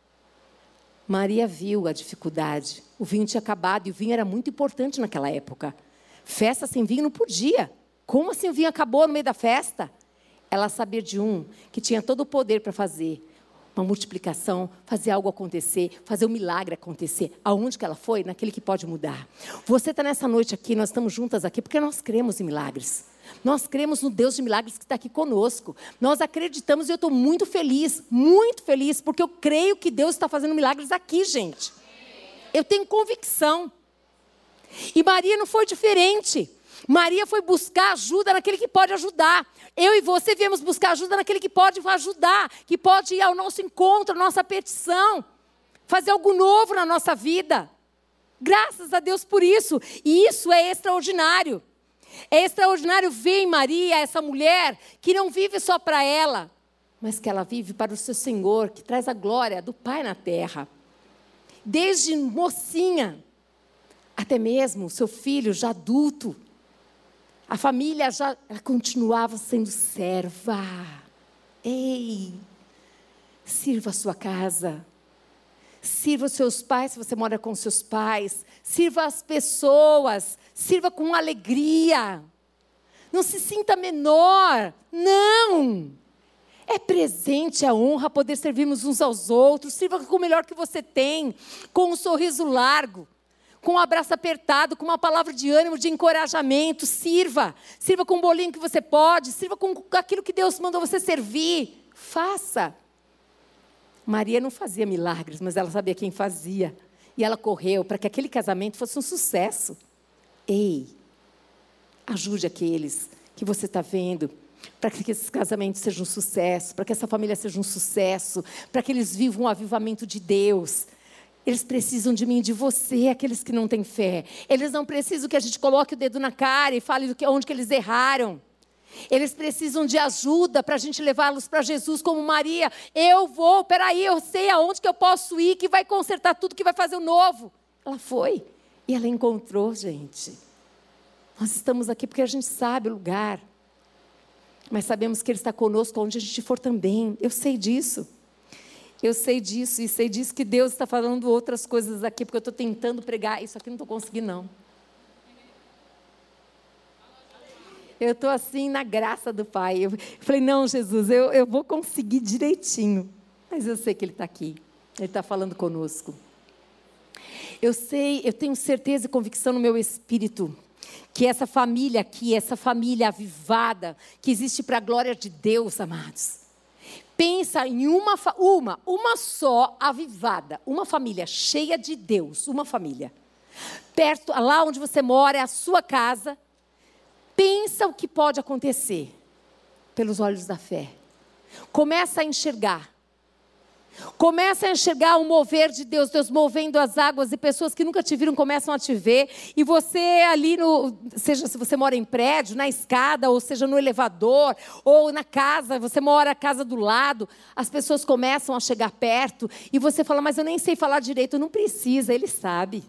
Maria viu a dificuldade. O vinho tinha acabado e o vinho era muito importante naquela época. Festa sem vinho não podia. Como assim o vinho acabou no meio da festa? Ela sabia de um que tinha todo o poder para fazer uma multiplicação, fazer algo acontecer, fazer um milagre acontecer. Aonde que ela foi? Naquele que pode mudar. Você está nessa noite aqui, nós estamos juntas aqui porque nós cremos em milagres. Nós cremos no Deus de milagres que está aqui conosco. Nós acreditamos e eu estou muito feliz, porque eu creio que Deus está fazendo milagres aqui, gente. Eu tenho convicção. E Maria não foi diferente. Maria foi buscar ajuda naquele que pode ajudar. Eu e você viemos buscar ajuda naquele que pode ajudar, que pode ir ao nosso encontro, à nossa petição, fazer algo novo na nossa vida. Graças a Deus por isso. E isso é extraordinário. É extraordinário ver em Maria essa mulher que não vive só para ela, mas que ela vive para o seu Senhor, que traz a glória do Pai na terra. Desde mocinha, até mesmo o seu filho já adulto, a família ela continuava sendo serva. Ei, sirva a sua casa. Sirva os seus pais, se você mora com seus pais. Sirva as pessoas. Sirva com alegria. Não se sinta menor. Não. É presente, é honra poder servirmos uns aos outros. Sirva com o melhor que você tem. Com um sorriso largo. Com um abraço apertado. Com uma palavra de ânimo, de encorajamento. Sirva. Sirva com um bolinho que você pode. Sirva com aquilo que Deus mandou você servir. Faça. Maria não fazia milagres, mas ela sabia quem fazia. E ela correu para que aquele casamento fosse um sucesso. Ei, ajude aqueles que você está vendo, para que esses casamentos sejam um sucesso, para que essa família seja um sucesso, para que eles vivam o avivamento de Deus. Eles precisam de mim e de você, aqueles que não têm fé. Eles não precisam que a gente coloque o dedo na cara e fale onde que eles erraram. Eles precisam de ajuda para a gente levá-los para Jesus, como Maria. Peraí, eu sei aonde que eu posso ir, que vai consertar tudo, que vai fazer o novo. Ela foi e ela encontrou, gente. Nós estamos aqui porque a gente sabe o lugar, mas sabemos que Ele está conosco onde a gente for também. Eu sei disso. Eu sei disso e sei disso que Deus está falando outras coisas aqui, porque eu estou tentando pregar. Isso aqui não estou conseguindo, não. Eu estou assim na graça do Pai. Eu falei, não, Jesus, eu vou conseguir direitinho. Mas eu sei que Ele está aqui. Ele está falando conosco. Eu tenho certeza e convicção no meu espírito que essa família aqui, essa família avivada, que existe para a glória de Deus, amados. Pensa em uma só avivada, uma família cheia de Deus, uma família. Perto, lá onde você mora, é a sua casa. Pensa o que pode acontecer pelos olhos da fé. Começa a enxergar. Começa a enxergar o mover de Deus, Deus movendo as águas, e pessoas que nunca te viram começam a te ver, e você ali, seja se você mora em prédio, na escada, ou seja no elevador, ou na casa, você mora na casa do lado, as pessoas começam a chegar perto, e você fala, mas eu nem sei falar direito. Não precisa, Ele sabe.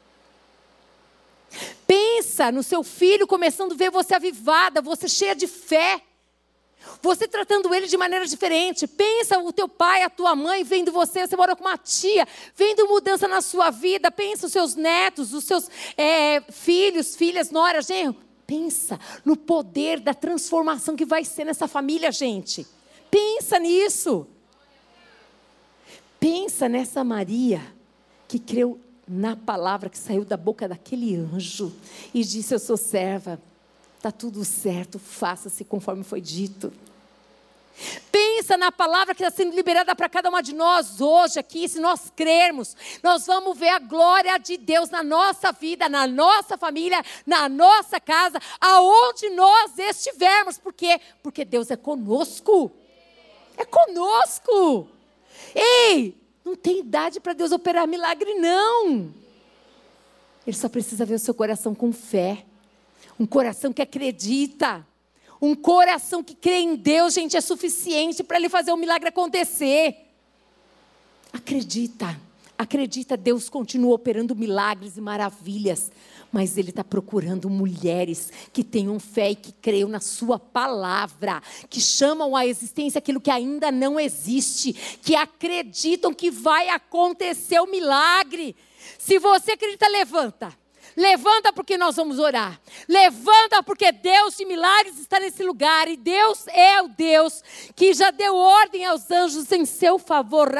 Pensa no seu filho começando a ver você avivada, você cheia de fé. Você tratando ele de maneira diferente. Pensa o teu pai, a tua mãe vendo você mora com uma tia, vendo mudança na sua vida. Pensa os seus netos, os seus filhos, filhas, noras, genro. Pensa no poder da transformação que vai ser nessa família, gente. Pensa nisso. Pensa nessa Maria que creu na palavra que saiu da boca daquele anjo e disse, eu sou serva. Está tudo certo, faça-se conforme foi dito. Pensa na palavra que está sendo liberada para cada uma de nós hoje aqui. Se nós crermos, nós vamos ver a glória de Deus na nossa vida, na nossa família, na nossa casa, aonde nós estivermos. Por quê? Porque Deus é conosco. É conosco. Ei, não tem idade para Deus operar milagre, não. Ele só precisa ver o seu coração com fé. Um coração que acredita, um coração que crê em Deus, gente, é suficiente para Ele fazer o milagre acontecer. Acredita, Deus continua operando milagres e maravilhas, mas Ele está procurando mulheres que tenham fé e que creiam na sua palavra, que chamam à existência aquilo que ainda não existe, que acreditam que vai acontecer o milagre. Se você acredita, levanta. Levanta porque nós vamos orar. Levanta porque Deus de milagres está nesse lugar. E Deus é o Deus que já deu ordem aos anjos em seu favor.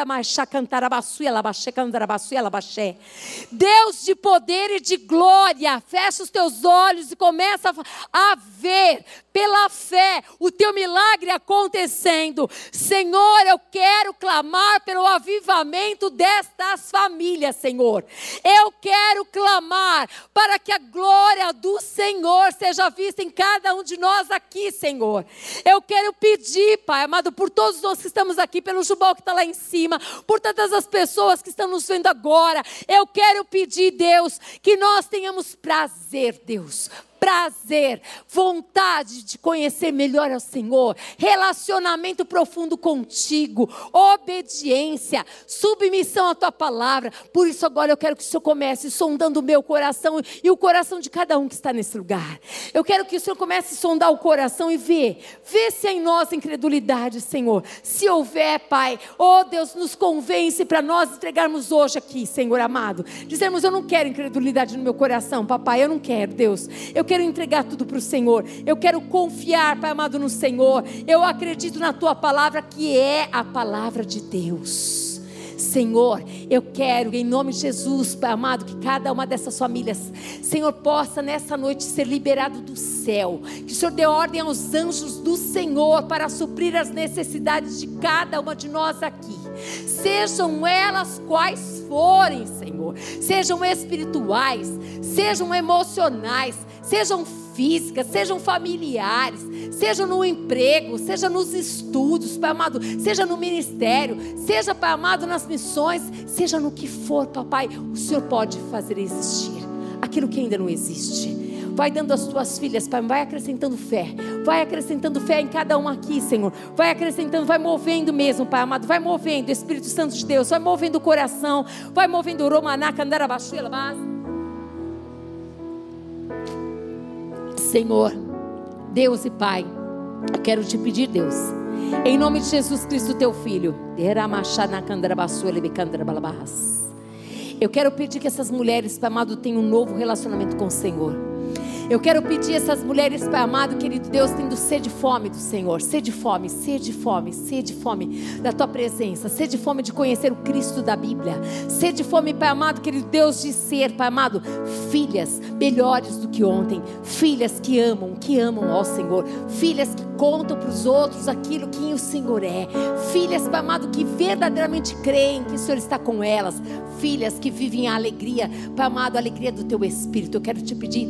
Deus de poder e de glória. Fecha os teus olhos e começa a ver pela fé o teu milagre acontecendo. Senhor, eu quero clamar pelo avivamento destas famílias, Senhor. Eu quero clamar para que a glória do Senhor seja vista em cada um de nós aqui, Senhor. Eu quero pedir, Pai amado, por todos nós que estamos aqui, pelo Jubal que está lá em cima, por todas as pessoas que estão nos vendo agora. Eu quero pedir, Deus, que nós tenhamos prazer, Deus, prazer, vontade de conhecer melhor ao Senhor, relacionamento profundo contigo, obediência, submissão à tua palavra. Por isso agora eu quero que o Senhor comece sondando o meu coração e o coração de cada um que está nesse lugar. Eu quero que o Senhor comece a sondar o coração e ver se há em nós incredulidade, Senhor. Se houver, Pai, oh Deus, nos convence para nós entregarmos hoje aqui, Senhor amado. Dizemos, eu não quero incredulidade no meu coração, papai, eu não quero, Deus. Eu quero entregar tudo para o Senhor. Eu quero confiar, Pai amado, no Senhor. Eu acredito na tua palavra, que é a palavra de Deus. Senhor, eu quero, em nome de Jesus, Pai amado, que cada uma dessas famílias, Senhor, possa nessa noite ser liberado do céu. Que o Senhor dê ordem aos anjos do Senhor para suprir as necessidades de cada uma de nós aqui. Sejam elas quais forem, Senhor. Sejam espirituais, sejam emocionais, sejam físicas, sejam familiares, seja no emprego, seja nos estudos, Pai amado, seja no ministério, seja, Pai amado, nas missões, seja no que for, papai, o Senhor pode fazer existir aquilo que ainda não existe. Vai dando às tuas filhas, Pai, vai acrescentando fé em cada um aqui, Senhor. Vai acrescentando, vai movendo mesmo, Pai amado, vai movendo, Espírito Santo de Deus, vai movendo o coração, vai movendo o Romanaca, Andarabaxuela, Senhor, Deus e Pai, eu quero te pedir, Deus, em nome de Jesus Cristo, teu Filho, eu quero pedir que essas mulheres, Pai amado, tenham um novo relacionamento com o Senhor. Eu quero pedir essas mulheres, Pai amado, querido Deus, tendo sede e fome do Senhor, sede e fome, sede e fome, sede e fome da Tua presença, sede e fome de conhecer o Cristo da Bíblia, sede e fome, Pai amado, querido Deus, de ser, Pai amado, filhas melhores do que ontem, filhas que amam ao Senhor, filhas que contam para os outros aquilo que o Senhor é, filhas, Pai amado, que verdadeiramente creem que o Senhor está com elas, filhas que vivem a alegria, Pai amado, a alegria do Teu Espírito. Eu quero te pedir,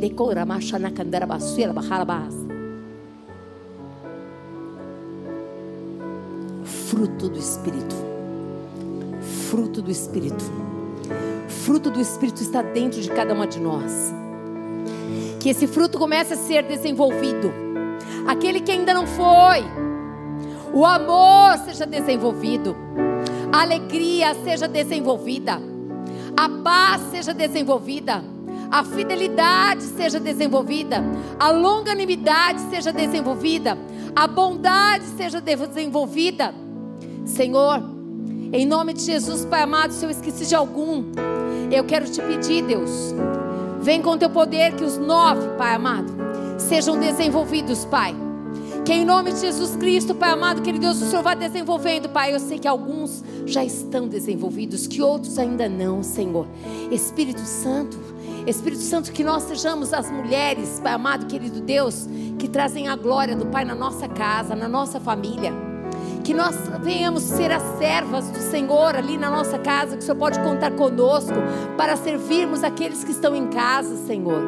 fruto do Espírito, fruto do Espírito, fruto do Espírito está dentro de cada uma de nós. Que esse fruto comece a ser desenvolvido. Aquele que ainda não foi, o amor seja desenvolvido, a alegria seja desenvolvida, a paz seja desenvolvida, a fidelidade seja desenvolvida, a longanimidade seja desenvolvida, a bondade seja desenvolvida. Senhor, em nome de Jesus, Pai amado, se eu esqueci de algum, eu quero te pedir, Deus, vem com teu poder que os 9, Pai amado, sejam desenvolvidos, Pai. Que em nome de Jesus Cristo, Pai amado, querido Deus, o Senhor vai desenvolvendo, Pai. Eu sei que alguns já estão desenvolvidos, que outros ainda não, Senhor. Espírito Santo, que nós sejamos as mulheres, Pai amado, querido Deus, que trazem a glória do Pai na nossa casa, na nossa família. Que nós venhamos ser as servas do Senhor ali na nossa casa, que o Senhor pode contar conosco para servirmos aqueles que estão em casa, Senhor.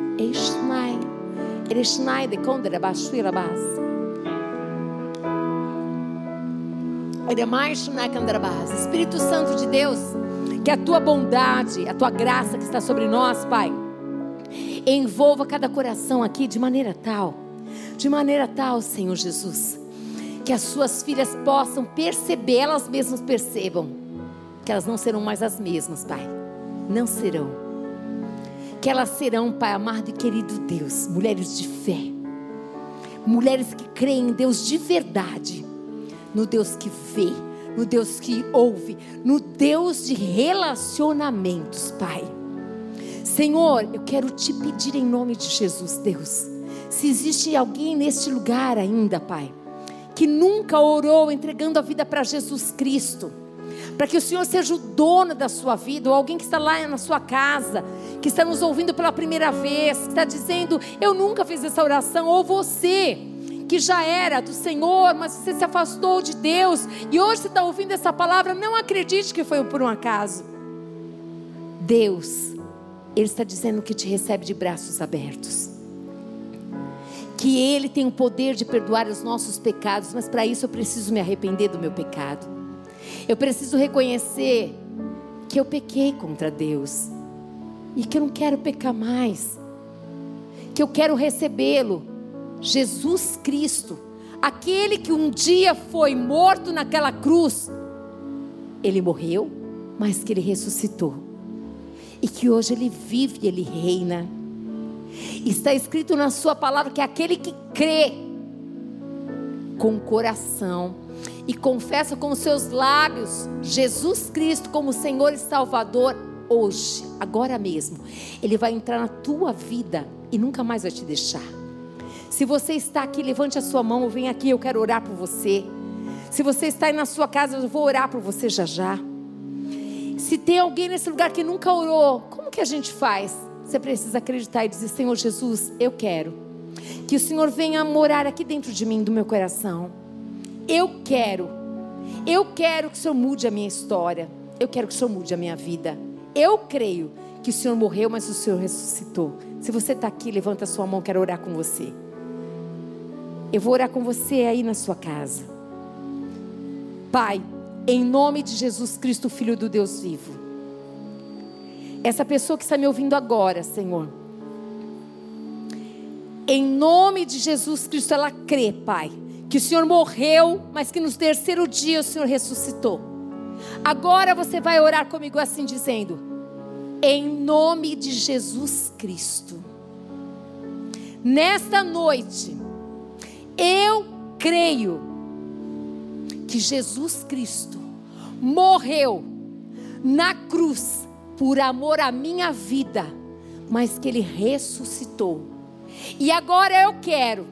Espírito Santo de Deus, que a Tua bondade, a Tua graça que está sobre nós, Pai, envolva cada coração aqui de maneira tal, Senhor Jesus, que as Suas filhas possam perceber, elas mesmas percebam, que elas não serão mais as mesmas, Pai, não serão, que elas serão, Pai amado e querido Deus, mulheres de fé, mulheres que creem em Deus de verdade, no Deus que vê, no Deus que ouve, no Deus de relacionamentos, Pai. Senhor, eu quero te pedir em nome de Jesus, Deus, se existe alguém neste lugar ainda, Pai, que nunca orou entregando a vida para Jesus Cristo, para que o Senhor seja o dono da sua vida, ou alguém que está lá na sua casa, que está nos ouvindo pela primeira vez, que está dizendo, eu nunca fiz essa oração, ou você, que já era do Senhor, mas você se afastou de Deus, e hoje você está ouvindo essa palavra, não acredite que foi por um acaso. Deus, Ele está dizendo que te recebe de braços abertos, que Ele tem o poder de perdoar os nossos pecados, mas para isso eu preciso me arrepender do meu pecado, eu preciso reconhecer que eu pequei contra Deus, e que eu não quero pecar mais, que eu quero recebê-lo, Jesus Cristo, aquele que um dia foi morto naquela cruz, Ele morreu, mas que Ele ressuscitou, e que hoje Ele vive e Ele reina. Está escrito na sua palavra que aquele que crê com o coração e confessa com os seus lábios Jesus Cristo como Senhor e Salvador, hoje, agora mesmo, Ele vai entrar na tua vida e nunca mais vai te deixar. Se você está aqui, levante a sua mão, vem aqui, eu quero orar por você. Se você está aí na sua casa, eu vou orar por você já já. Se tem alguém nesse lugar que nunca orou, como que a gente faz? Você precisa acreditar e dizer, Senhor Jesus, eu quero que o Senhor venha morar aqui dentro de mim, do meu coração. Eu quero que o Senhor mude a minha história, eu quero que o Senhor mude a minha vida. Eu creio que o Senhor morreu, mas o Senhor ressuscitou. Se você está aqui, levanta a sua mão, quero orar com você. Eu vou orar com você aí na sua casa. Pai, em nome de Jesus Cristo, Filho do Deus vivo, essa pessoa que está me ouvindo agora, Senhor, em nome de Jesus Cristo, ela crê, Pai, que o Senhor morreu, mas que no terceiro dia o Senhor ressuscitou. Agora você vai orar comigo assim dizendo, em nome de Jesus Cristo, nesta noite, eu creio que Jesus Cristo morreu na cruz por amor à minha vida, mas que Ele ressuscitou. E agora eu quero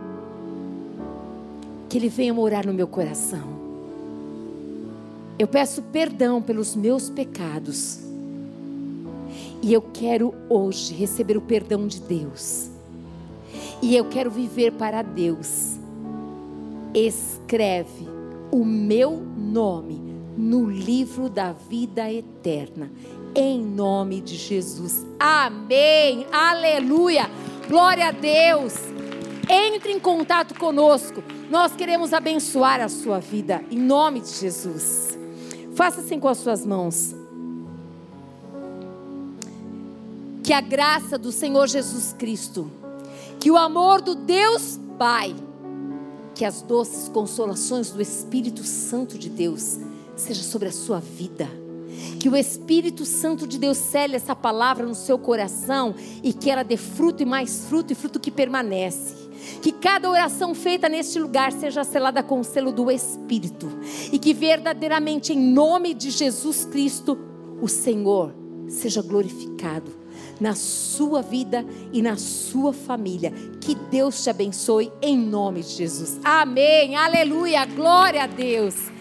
que Ele venha morar no meu coração. Eu peço perdão pelos meus pecados. E eu quero hoje receber o perdão de Deus. E eu quero viver para Deus. Escreve o meu nome no livro da vida eterna. Em nome de Jesus. Amém. Aleluia. Glória a Deus. Entre em contato conosco. Nós queremos abençoar a sua vida. Em nome de Jesus. Faça assim com as suas mãos. Que a graça do Senhor Jesus Cristo, que o amor do Deus Pai, que as doces consolações do Espírito Santo de Deus seja sobre a sua vida. Que o Espírito Santo de Deus cele essa palavra no seu coração e que ela dê fruto e mais fruto, e fruto que permanece. Que cada oração feita neste lugar seja selada com o selo do Espírito. E que verdadeiramente, em nome de Jesus Cristo, o Senhor seja glorificado na sua vida e na sua família. Que Deus te abençoe em nome de Jesus. Amém, aleluia, glória a Deus.